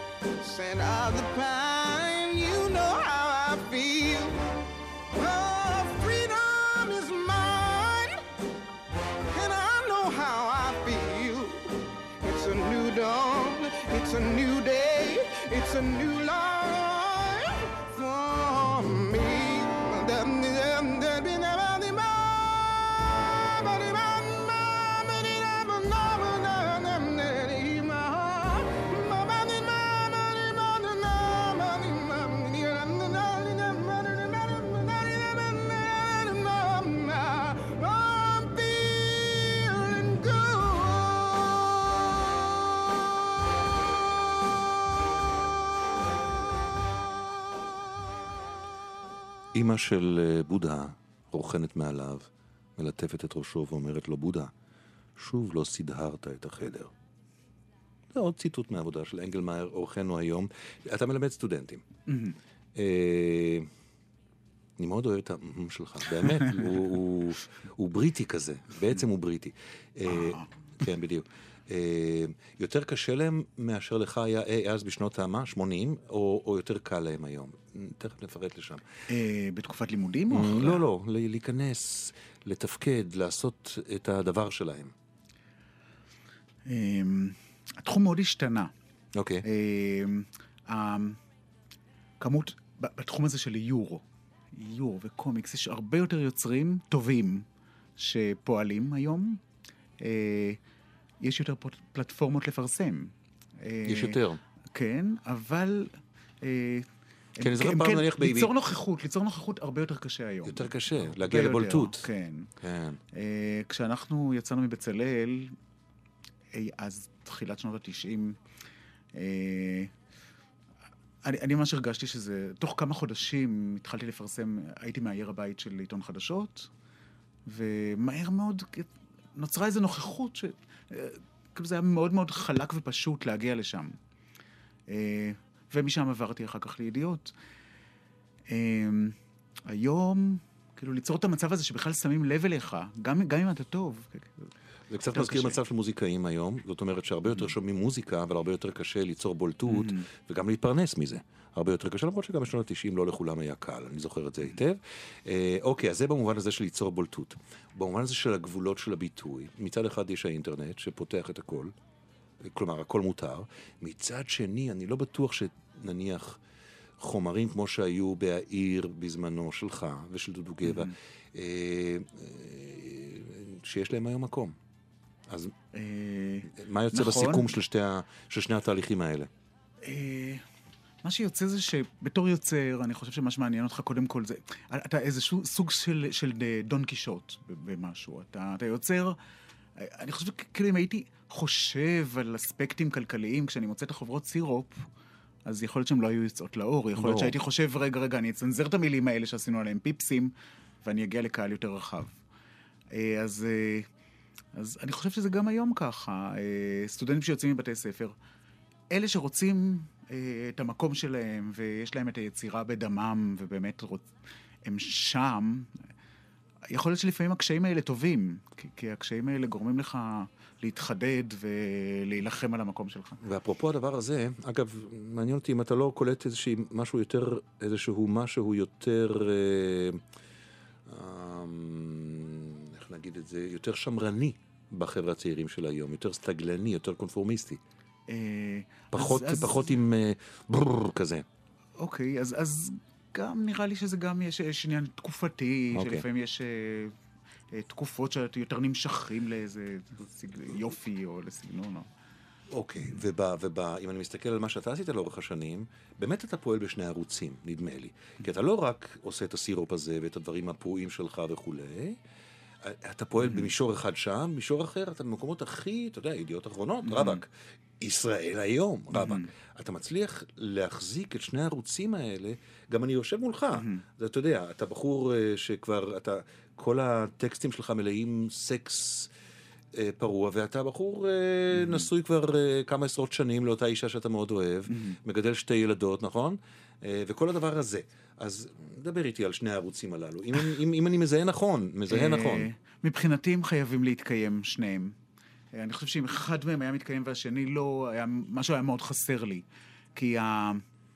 Scent of the pine, you know how I feel. Oh, new dawn, it's a new day, it's a new life for me. אמא של בודה רוחנת מעליו, מלטפת את ראשו ואומרת לו, בודה, שוב לא סדהרת את החדר. זה עוד ציטוט מהעבודה של אנגלמאייר, אורחנו היום. אתה מלמד סטודנטים. אני מאוד אוהב את האמם שלך, באמת, הוא בריטי כזה, בעצם הוא בריטי. כן, בדיוק. יותר קשה להם מאשר לך היה אז בשנות העמה, שמונים, או יותר קל להם היום? תכף נפרט לשם. בתקופת לימודים או אחרי? לא, לא, להיכנס, לתפקד, לעשות את הדבר שלהם. התחום מאוד השתנה. אוקיי. כמות, בתחום הזה של איור, איור וקומיקס, יש הרבה יותר יוצרים טובים שפועלים היום. יש יותר פלטפורמות לפרסם. יש יותר. כן, אבל... כן, אני זוכר פעם נניח באיבי. ליצור נוכחות, ליצור נוכחות הרבה יותר קשה היום. יותר קשה, להגיע לבולטות. כן. כן. כשאנחנו יצאנו מבצלאל, אז תחילת שנות התשעים, אני ממש הרגשתי שזה, תוך כמה חודשים התחלתי לפרסם, הייתי מאייר הבית של עיתון חדשות, ומהר מאוד נוצרה איזו נוכחות, ש... כאילו זה היה מאוד מאוד חלק ופשוט להגיע לשם. ומשם עברתי אחר כך לידיעות. היום, כאילו ליצור את המצב הזה שבכלל שמים לב אליך, גם, גם אם אתה טוב. זה קצת מזכיר קשה. מצב של מוזיקאים היום, זאת אומרת שהרבה יותר שומעים מוזיקה, אבל הרבה יותר קשה ליצור בולטות, וגם להתפרנס מזה. הרבה יותר קשה, למרות שגם בשנות ה-תשעים לא לכולם היה קל, אני זוכר את זה היטב. אה, אוקיי, אז זה במובן הזה של ליצור בולטות. במובן הזה של הגבולות של הביטוי, מצד אחד יש האינטרנט שפותח את הכל, כלומר, הכל מותר. מצד שני, אני לא בטוח שנניח חומרים כמו שהיו בעיר בזמנו שלך ושל דודו גבע, אה, אה, שיש להם היום מקום. אז אה, מה יוצא נכון. בסיכום של, שתי ה, של שני התהליכים האלה? אה... מה שיוצא זה שבתור יוצר, אני חושב שמה שמעניין אותך קודם כל זה, אתה איזשהו סוג של, של דון קישוט במשהו. אתה, אתה יוצר, אני חושב כאילו אם הייתי חושב על אספקטים כלכליים, כשאני מוצא את החוברות סירופ, אז יכול להיות שהם לא היו יוצאות לאור, יכול להיות שהייתי חושב, רגע, רגע, אני אצנזר את המילים האלה שעשינו עליהם פיפסים, ואני אגיע לקהל יותר רחב. אז, אז אני חושב שזה גם היום ככה. סטודנטים שיוצאים מבתי ספר, אלה שרוצים את המקום שלהם, ויש להם את היצירה בדמם, ובאמת רוצ... הם שם, יכול להיות שלפעמים הקשיים האלה טובים, כי, כי הקשיים האלה גורמים לך להתחדד ולהילחם על המקום שלך. ואפרופו הדבר הזה, אגב, מעניין אותי אם אתה לא קולט איזשהו משהו יותר, איזשהו משהו יותר, אה, אה, איך נגיד את זה, יותר שמרני בחברה הצעירים של היום, יותר סטגלני, יותר קונפורמיסטי. פחות, אז, פחות אז... עם ברר כזה. אוקיי, אז, אז גם נראה לי שזה גם יש, יש עניין תקופתי, אוקיי. שלפעמים יש uh, תקופות שאתם יותר נמשכים לאיזה יופי או לסגנון. אוקיי, ובא, ובא, אם אני מסתכל על מה שאתה עשית לאורך השנים, באמת אתה פועל בשני ערוצים, נדמה לי. כי אתה לא רק עושה את הסירופ הזה ואת הדברים הפרועים שלך וכולי, אתה פועל במישור אחד שם, מישור אחר, אתה במקומות הכי, אתה יודע, ידיעות אחרונות, רבק. ישראל היום, רבק. אתה מצליח להחזיק את שני הערוצים האלה, גם אני יושב מולך. אתה יודע, אתה בחור שכבר, אתה, כל הטקסטים שלך מלאים סקס פרוע, ואתה בחור נשוי כבר כמה עשרות שנים לאותה אישה שאתה מאוד אוהב, מגדל שתי ילדות, נכון? וכל הדבר הזה. אז דבר איתי על שני הערוצים הללו. אם, אם, אם אני מזהה נכון, מזהה נכון. מבחינתי הם חייבים להתקיים שניהם. אני חושב שאם אחד מהם היה מתקיים והשני לא, היה, משהו היה מאוד חסר לי. כי ה,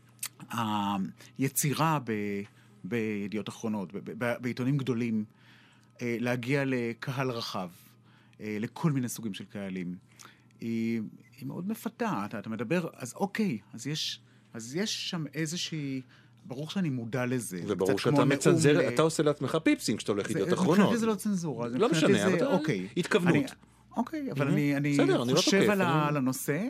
היצירה ב, בידיעות אחרונות, ב, ב, בעיתונים גדולים, להגיע לקהל רחב, לכל מיני סוגים של קהלים, היא, היא מאוד מפתה. אתה, אתה מדבר, אז אוקיי, אז יש, אז יש שם איזושהי... ברור שאני מודע לזה. וברור שאתה מצנזר, אתה עושה לעצמך פיפסינג כשאתה הולך ידיעות אחרונות. מבחינתי זה לא צנזורה. לא משנה, אבל אוקיי. התכוונות. אוקיי, אבל אני חושב על הנושא,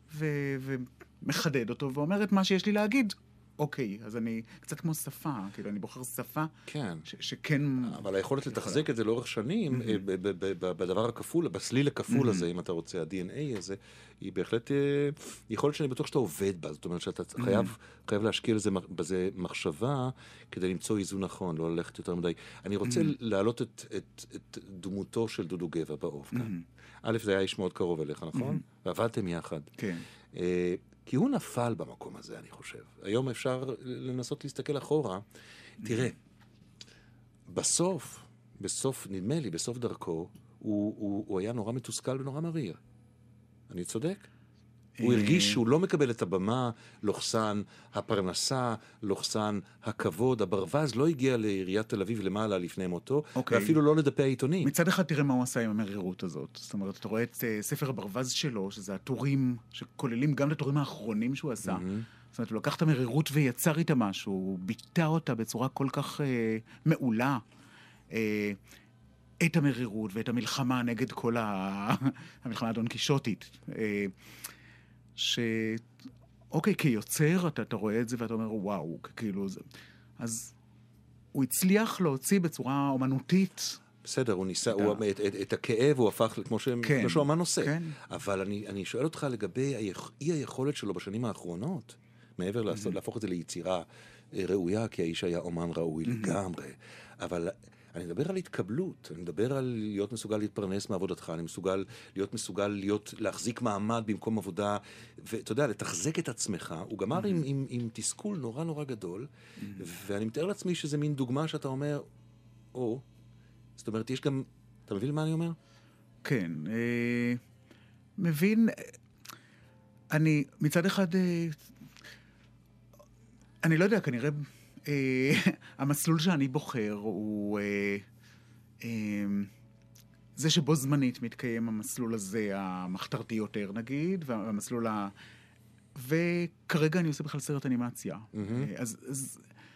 ומחדד אותו, ואומר את מה שיש לי להגיד. אוקיי, אז אני קצת כמו שפה, כאילו אני בוחר שפה שכן... אבל היכולת לתחזק את זה לאורך שנים, בדבר הכפול, בסליל הכפול הזה, אם אתה רוצה, ה-די אן איי הזה, היא בהחלט יכולת שאני בטוח שאתה עובד בה, זאת אומרת שאתה חייב להשקיע בזה מחשבה כדי למצוא איזון נכון, לא ללכת יותר מדי. אני רוצה להעלות את דמותו של דודו גבע באוב כאן. א', זה היה איש מאוד קרוב אליך, נכון? ועבדתם יחד. כן. כי הוא נפל במקום הזה, אני חושב. היום אפשר לנסות להסתכל אחורה. תראה, בסוף, בסוף, נדמה לי, בסוף דרכו, הוא, הוא, הוא היה נורא מתוסכל ונורא מריר. אני צודק? הוא הרגיש שהוא לא מקבל את הבמה, לוחסן הפרנסה, לוחסן הכבוד. הברווז לא הגיע לעיריית תל אביב למעלה לפני מותו, ואפילו לא לדפי העיתונים. מצד אחד תראה מה הוא עשה עם המרירות הזאת. זאת אומרת, אתה רואה את ספר הברווז שלו, שזה התורים שכוללים גם את התורים האחרונים שהוא עשה. זאת אומרת, הוא לקח את המרירות ויצר איתה משהו, הוא ביטא אותה בצורה כל כך מעולה. את המרירות ואת המלחמה נגד כל המלחמה הדון קישוטית. ש... אוקיי, כיוצר, אתה, אתה רואה את זה ואתה אומר, וואו, כאילו זה... אז הוא הצליח להוציא בצורה אומנותית. בסדר, הוא ניסה, הוא, את, את, את הכאב הוא הפך כמו שהוא כן, אמן עושה. כן. אבל אני, אני שואל אותך לגבי אי היכולת שלו בשנים האחרונות, מעבר לעשות, mm-hmm. להפוך את זה ליצירה ראויה, כי האיש היה אומן ראוי mm-hmm. לגמרי. אבל... אני מדבר על התקבלות, אני מדבר על להיות מסוגל להתפרנס מעבודתך, אני מסוגל להיות מסוגל להיות, להחזיק מעמד במקום עבודה, ואתה יודע, לתחזק את עצמך. הוא גמר mm-hmm. עם, עם, עם תסכול נורא נורא גדול, mm-hmm. ואני מתאר לעצמי שזה מין דוגמה שאתה אומר, או, זאת אומרת, יש גם, אתה מבין מה אני אומר? כן, אה, מבין, אני מצד אחד, אה, אני לא יודע, כנראה... המסלול שאני בוחר הוא זה שבו זמנית מתקיים המסלול הזה, המחתרתי יותר נגיד, והמסלול ה... וכרגע אני עושה בכלל סרט אנימציה. אז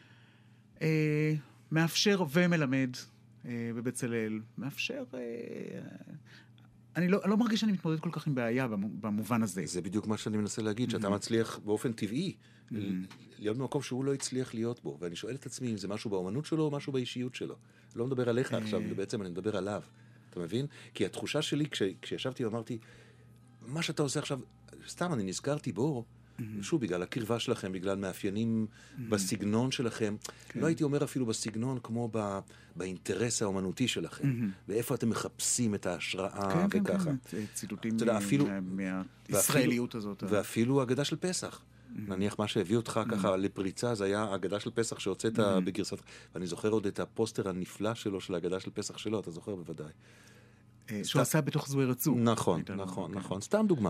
מאפשר ומלמד בבצלאל, מאפשר... אני לא, לא מרגיש שאני מתמודד כל כך עם בעיה במובן הזה. זה בדיוק מה שאני מנסה להגיד, שאתה מצליח באופן טבעי להיות במקום שהוא לא הצליח להיות בו. ואני שואל את עצמי אם זה משהו באומנות שלו או משהו באישיות שלו. לא מדבר עליך עכשיו, בעצם אני מדבר עליו. אתה מבין? כי התחושה שלי, כש, כשישבתי ואמרתי, מה שאתה עושה עכשיו, סתם אני נזכרתי בו, שוב, בגלל הקרבה שלכם, בגלל מאפיינים בסגנון שלכם. לא הייתי אומר אפילו בסגנון כמו באינטרס האומנותי שלכם. ואיפה אתם מחפשים את ההשראה וככה. כן, כן, ציטוטים מהישראליות הזאת. ואפילו אגדה של פסח. נניח מה שהביא אותך ככה לפריצה, זה היה אגדה של פסח שהוצאת בגרסת... ואני זוכר עוד את הפוסטר הנפלא שלו, של האגדה של פסח שלו, אתה זוכר בוודאי. שהוא עשה בתוך זוהי רצו. נכון, נכון, נכון. סתם דוגמה.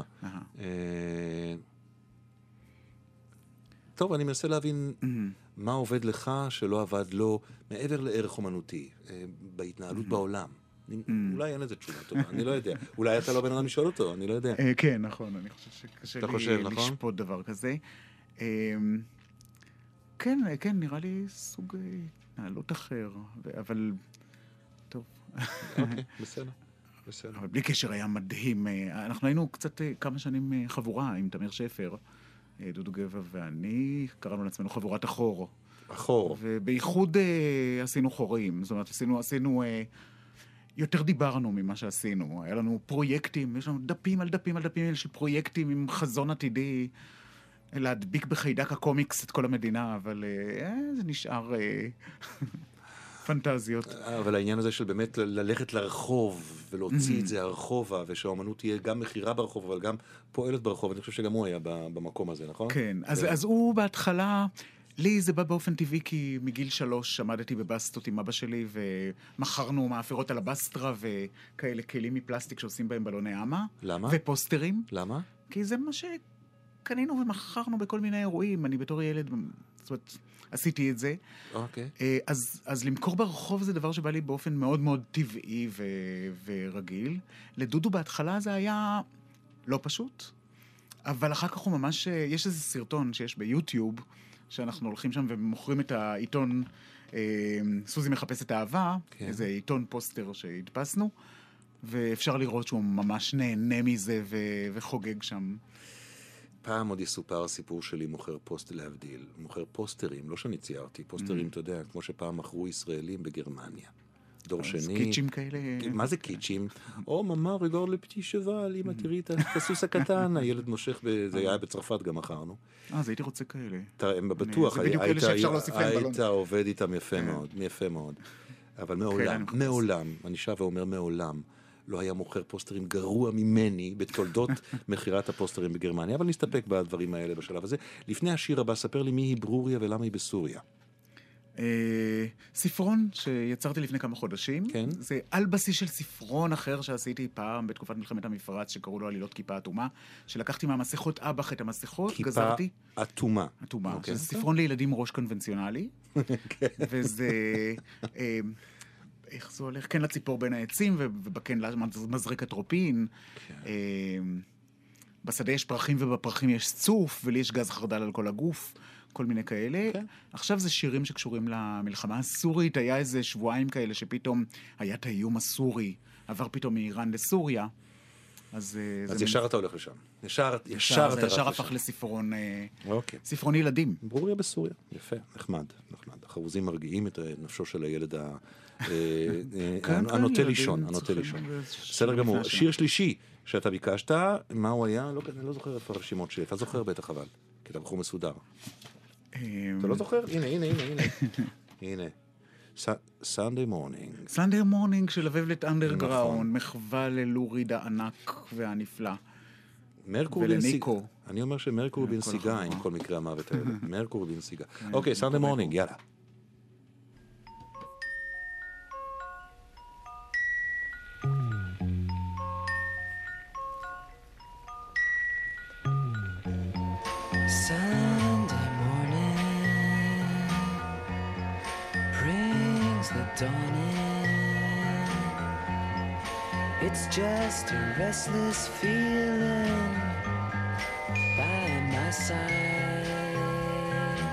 טוב, אני מנסה להבין מה עובד לך שלא עבד לו מעבר לערך אומנותי, בהתנהלות בעולם. אולי אין לזה תשובה טובה, אני לא יודע. אולי אתה לא בן אדם לשאול אותו, אני לא יודע. כן, נכון, אני חושב שקשה לי לשפוט דבר כזה. כן, כן, נראה לי סוג התנהלות אחר, אבל טוב. אוקיי, בסדר. בסדר. אבל בלי קשר היה מדהים. אנחנו היינו קצת כמה שנים חבורה עם תמיר שפר. דודו גבע ואני, קראנו לעצמנו חבורת החור. החור. ובייחוד אה, עשינו חורים, זאת אומרת, עשינו, עשינו, אה, יותר דיברנו ממה שעשינו. היה לנו פרויקטים, יש לנו דפים על דפים על דפים של פרויקטים עם חזון עתידי, להדביק בחיידק הקומיקס את כל המדינה, אבל אה, זה נשאר אה, פנטזיות. אבל העניין הזה של באמת ללכת לרחוב ולהוציא את זה הרחובה, ושהאומנות תהיה גם מחירה ברחוב, אבל גם פועלת ברחוב. אני חושב שגם הוא היה במקום הזה, נכון? כן, אז, אז הוא בהתחלה, לי זה בא באופן טבעי, כי מגיל שלוש עמדתי בבסטות עם אבא שלי, ומכרנו מאפרות על הבסטרה, וכאלה כלים מפלסטיק שעושים בהם בלוני אמה. למה? ופוסטרים. למה? כי זה מה שקנינו ומכרנו בכל מיני אירועים. אני בתור ילד, זאת אומרת, עשיתי את זה. אוקיי. אז, אז למכור ברחוב זה דבר שבא לי באופן מאוד מאוד טבעי ו, ורגיל. לדודו בהתחלה זה היה לא פשוט. אבל אחר כך הוא ממש, יש איזה סרטון שיש ביוטיוב, שאנחנו הולכים שם ומוכרים את העיתון, סוזי מחפשת אהבה, כן. איזה עיתון פוסטר שהדפסנו, ואפשר לראות שהוא ממש נהנה מזה ו- וחוגג שם. פעם עוד יסופר הסיפור שלי מוכר פוסט להבדיל, מוכר פוסטרים, לא שאני ציירתי, פוסטרים, mm. אתה יודע, כמו שפעם מכרו ישראלים בגרמניה. דור שני. קיצ'ים כאלה. מה זה קיצ'ים? או ממש רגור לפטי שבל, אמא תראי את הסוס הקטן, הילד מושך, זה היה בצרפת גם מכרנו. אה, אז הייתי רוצה כאלה. בטוח, זה בדיוק כאלה שאפשר להוסיף להם בלון. היית עובד איתם יפה מאוד, יפה מאוד. אבל מעולם, מעולם, אני שב ואומר מעולם, לא היה מוכר פוסטרים גרוע ממני בתולדות מחירת הפוסטרים בגרמניה, אבל נסתפק בדברים האלה בשלב הזה. לפני השיר הבא, ספר לי מי היא ברוריה ולמה היא בסוריה. ספרון שיצרתי לפני כמה חודשים. כן. זה על בסיס של ספרון אחר שעשיתי פעם בתקופת מלחמת המפרץ, שקראו לו עלילות כיפה אטומה, שלקחתי מהמסכות אב"ח את המסכות, גזרתי. כיפה אטומה. אטומה. שזה ספרון לילדים ראש קונבנציונלי. וזה... איך זה הולך? כן לציפור בין העצים, ובכן למזרק הטרופין. בשדה יש פרחים ובפרחים יש צוף, ולי יש גז חרדל על כל הגוף. כל מיני כאלה. Okay. עכשיו זה שירים שקשורים למלחמה הסורית. היה איזה שבועיים כאלה שפתאום היה את האיום הסורי, עבר פתאום מאיראן לסוריה. אז, אז ישר מין... אתה הולך לשם. ישר, ישר, ישר אתה ישר הפך לספרון, okay. ספרון ילדים. ברוריה בסוריה. יפה, נחמד, נחמד. החרוזים מרגיעים את נפשו של הילד הנוטה לישון, הנוטה לישון. בסדר גמור. שיר שלישי שאתה ביקשת, מה הוא היה? לא, אני לא זוכר איפה הרשימות שלי. אתה זוכר בטח אבל, כי אתה בחור מסודר. אתה לא זוכר? הנה, הנה, הנה, הנה. הנה. Sunday Morning. Sunday Morning של הוובלט אנדרגראונד, מחווה ללוריד הענק והנפלא. ולניקו. אני אומר שמרקור בנסיגה עם כל מקרה המוות האלה. מרקור בנסיגה. אוקיי, Sunday Morning, יאללה. Dawning, it's just a restless feeling by my side.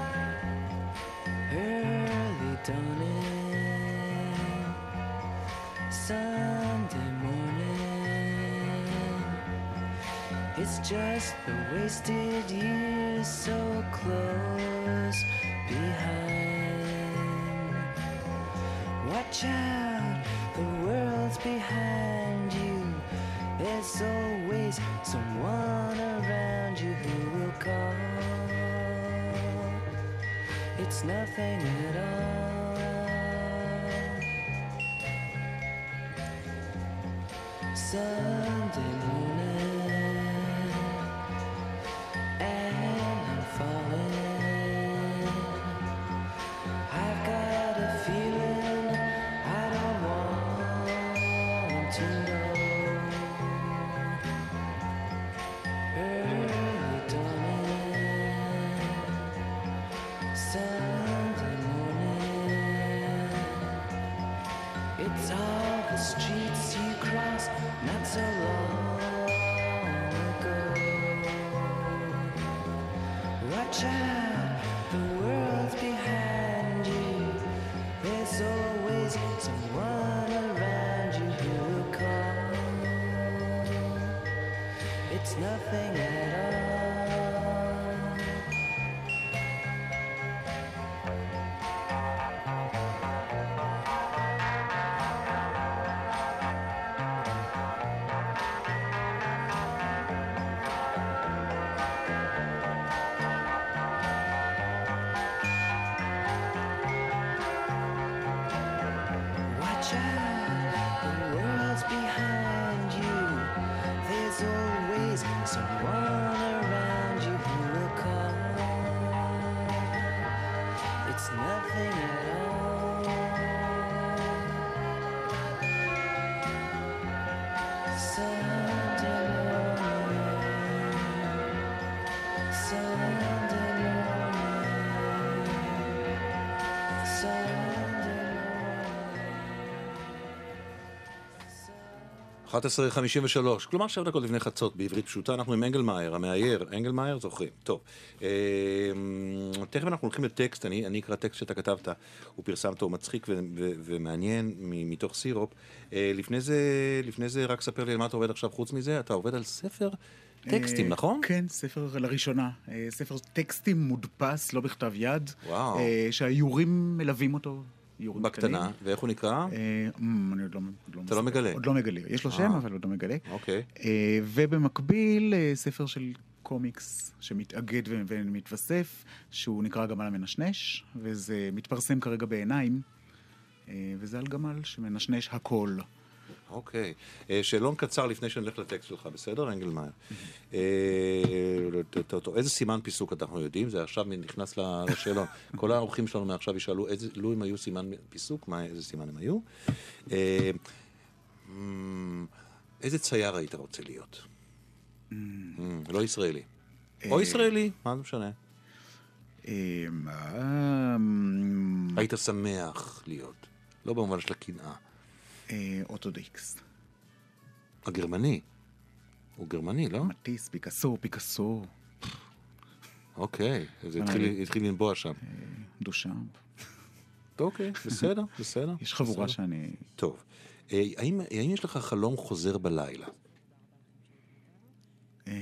Early dawning, Sunday morning, it's just the wasted years so close behind. Watch out, the world's behind you. There's always someone around you who will call. It's nothing at all. Sunday morning, and I'm falling. I've got a feeling I don't want to know. Early dawning, Sunday morning, it's all the streets you crossed not so long ago. Watch out, the world's behind you. There's always someone around you who will call. It's nothing at all. Watch out, the world's behind you. There's always someone אחת עשרה חמישים ושלוש, כלומר שבע דקות לפני חצות, בעברית פשוטה, אנחנו עם אנגלמאייר, המאייר, אנגלמאייר זוכרים. טוב, אה, תכף אנחנו הולכים לטקסט, אני, אני אקרא טקסט שאתה כתבת, הוא פרסמת, הוא מצחיק ו- ו- ומעניין מתוך סירופ. אה, לפני זה, לפני זה רק ספר לי על מה אתה עובד עכשיו חוץ מזה, אתה עובד על ספר טקסטים, נכון? כן, ספר לראשונה. אה, ספר טקסטים מודפס, לא בכתב יד. וואו. אה, שהאיורים מלווים אותו. איורים בקטנה, קטנים. ואיך הוא נקרא? אה, אמ, אני עוד לא... עוד לא אתה לא מספר. מגלה? עוד לא מגלה. יש לו שם, אה. אבל עוד לא מגלה. אוקיי. אה, ובמקביל, אה, ספר של קומיקס שמתאגד ו- ומתווסף, שהוא נקרא גמל המנשנש, וזה מתפרסם כרגע בעיניים, אה, וזה על גמל שמנשנש הכל. אוקיי. אה, שאלון קצר לפני שנלך לטקסט שלך, בסדר, אנגלמאייר? אה, איזה סימן פיסוק אנחנו יודעים? זה עכשיו נכנס לשאלון. כל האורחים שלנו מעכשיו ישאלו איזה, לו אם היו סימן פיסוק, מה, איזה סימן הם היו. אה, מ, איזה צייר היית רוצה להיות? מ, לא ישראלי. או ישראלי, מה זה משנה? אה, מה... אמ, היית שמח להיות. לא במובן של הקנאה. אה, אוטודיקס. הגרמני. הוא גרמני, לא? מטיס, פיקאסו, פיקאסו, אוקיי. זה התחיל- התחיל לנבוע שם. דושם. אוקיי, בסדר, בסדר. יש חבורה בסדר. שאני... טוב. אה, האם, האם יש לך חלום חוזר בלילה? אה,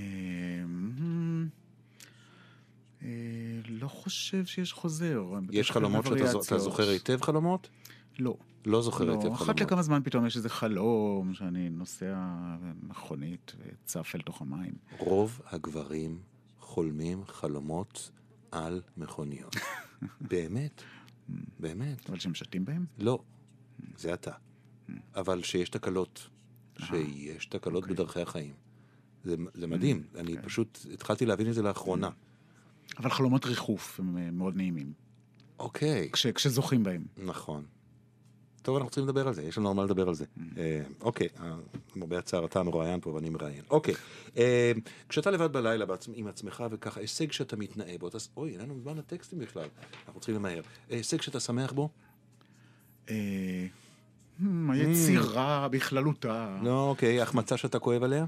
אה, לא חושב שיש חוזר. יש חלומות שאתה זו- אתה זוכר היטב חלומות? לא. לא זוכר היטב לא, חלומות. אחת לכמה זמן פתאום יש איזה חלום שאני נוסע מכונית וצף אל תוך המים. רוב הגברים חולמים חלומות על מכוניות. באמת, באמת. אבל שהם שתים בהם? לא, זה אתה. אבל שיש תקלות, שיש תקלות בדרכי החיים. זה, זה מדהים, אני פשוט התחלתי להבין את זה לאחרונה. אבל חלומות ריחוף הם אה, מאוד נעימים. אוקיי, כש, כשזוכים בהם. נכון. טוב, אנחנו צריכים לדבר על זה, יש לנו על מה לדבר על זה. אה, אוקיי, אה, למרבה הצער, אתה מרואיין פה ואני מראיין. אוקיי, אה, כשאתה לבד בלילה בעצמ- עם עצמך וככה, הישג שאתה מתנאה בו, אתה... אוי, אין לנו זמן לטקסטים בכלל, אנחנו צריכים למהר. אה, הישג שאתה שמח בו? אה, hmm, היצירה בכללותה. לא, אוקיי, החמצה שאתה כואב עליה?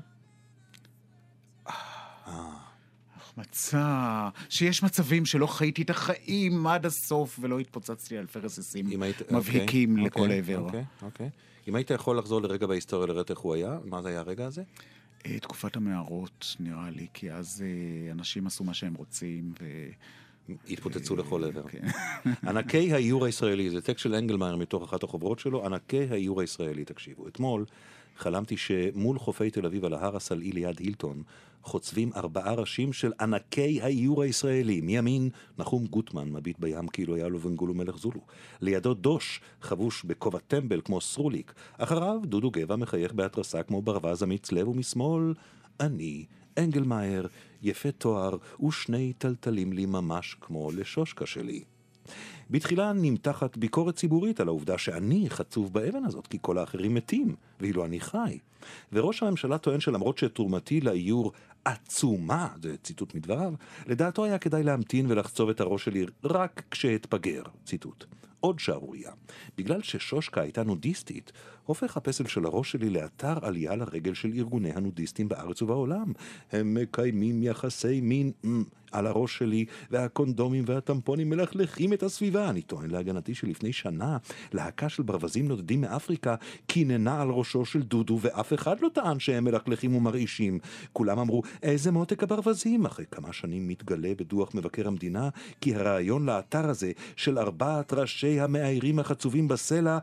החמצה, שיש מצבים שלא חייתי את החיים עד הסוף ולא התפוצצתי על פרסיסים אם היית- מבהיקים אוקיי, לכל אוקיי, עבר. אוקיי, אוקיי. אם היית יכול לחזור לרגע בהיסטוריה לראות איך הוא היה, מה זה היה הרגע הזה? אה, תקופת המערות נראה לי, כי אז אה, אנשים עשו מה שהם רוצים ו... התפוצצו לכל עבר. כן. ענקי האיור הישראלי, זה טקסט של אנגלמאייר מתוך אחת החוברות שלו, ענקי האיור הישראלי, תקשיבו. אתמול חלמתי שמול חופי תל אביב על ההר הסלעי ליד הילטון, חוצבים ארבעה ראשים של ענקי האיור הישראלי. מימין, נחום גוטמן, מביט בים כאילו היה לו בן-גולו מלך זולו. לידו דוש, חבוש בכובע טמבל כמו סרוליק. אחריו, דודו גבע מחייך בהתרסה כמו ברווז אמיץ לב, ומשמאל, אני, אנגלמאייר, יפה תואר, ושני טלטלים לי ממש כמו לשושקה שלי. בתחילה נמתחת ביקורת ציבורית על העובדה שאני חצוב באבן הזאת, כי כל האחרים מתים, ואילו אני חי. וראש הממשלה טוען שלמרות שתרומתי לאיור עצומה, זה ציטוט מדבריו, לדעתו היה כדאי להמתין ולחצוב את הראש שלי רק כשאתפגר, ציטוט. עוד שערוריה. בגלל ששושקה הייתה נודיסטית, הופך הפסל של הראש שלי לאתר עלייה לרגל של ארגוני הנודיסטים בארץ ובעולם. הם מקיימים יחסי מין מ, על הראש שלי, והקונדומים והטמפונים מלכלכים את הסביבה. אני טוען להגנתי שלפני שנה, להקה של ברווזים נודדים מאפריקה כיננה על ראשו של דודו, ואף אחד לא טען שהם מלכלכים ומרעישים. כולם אמרו, איזה מותק הברווזים. אחרי כמה שנים מתגלה בדוח מבקר המדינה, כי הרעיון לאתר הזה של ארבעת ראשי המאיירים החצובים בסלע,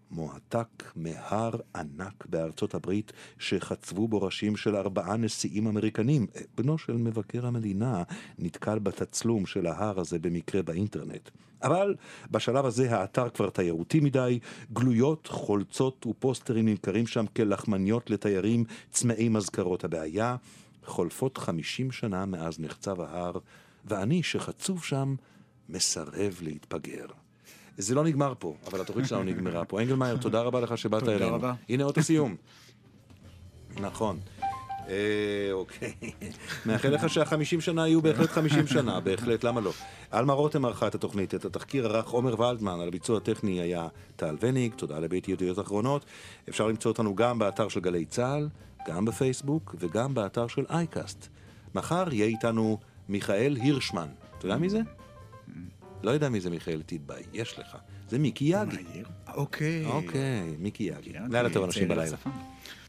מועתק מהר ענק בארצות הברית שחצבו בו ראשים של ארבעה נשיאים אמריקנים. בנו של מבקר המדינה נתקל בתצלום של ההר הזה במקרה באינטרנט. אבל בשלב הזה האתר כבר תיירותי מדי, גלויות, חולצות ופוסטרים נמכרים שם כלחמניות לתיירים צמאי מזכרות. הבעיה, חולפות חמישים שנה מאז נחצב ההר, ואני שחצוב שם מסרב להתפגר. זה לא נגמר פה, אבל התוכנית שלנו נגמרה פה. אנגלמאייר, תודה רבה לך שבאת אלינו. רבה. הנה עוד הסיום. נכון. אה, אוקיי. מאחל לך שהחמישים שנה יהיו בהחלט חמישים שנה, בהחלט, למה לא? אלמה רותם ערכה את התוכנית, את התחקיר ערך עומר ולדמן, על הביצוע הטכני היה טל וניג, תודה לבית ידיעות אחרונות. אפשר למצוא אותנו גם באתר של גלי צהל, גם בפייסבוק וגם באתר של אייקאסט. מחר יהיה איתנו מיכאל הירשמן. אתה יודע מי זה? לא יודע מי זה מיכאל תדבאי, יש לך. זה מיקי יגי. אוקיי. אוקיי, מיקי יגי. לילה טוב אנשים בלילה.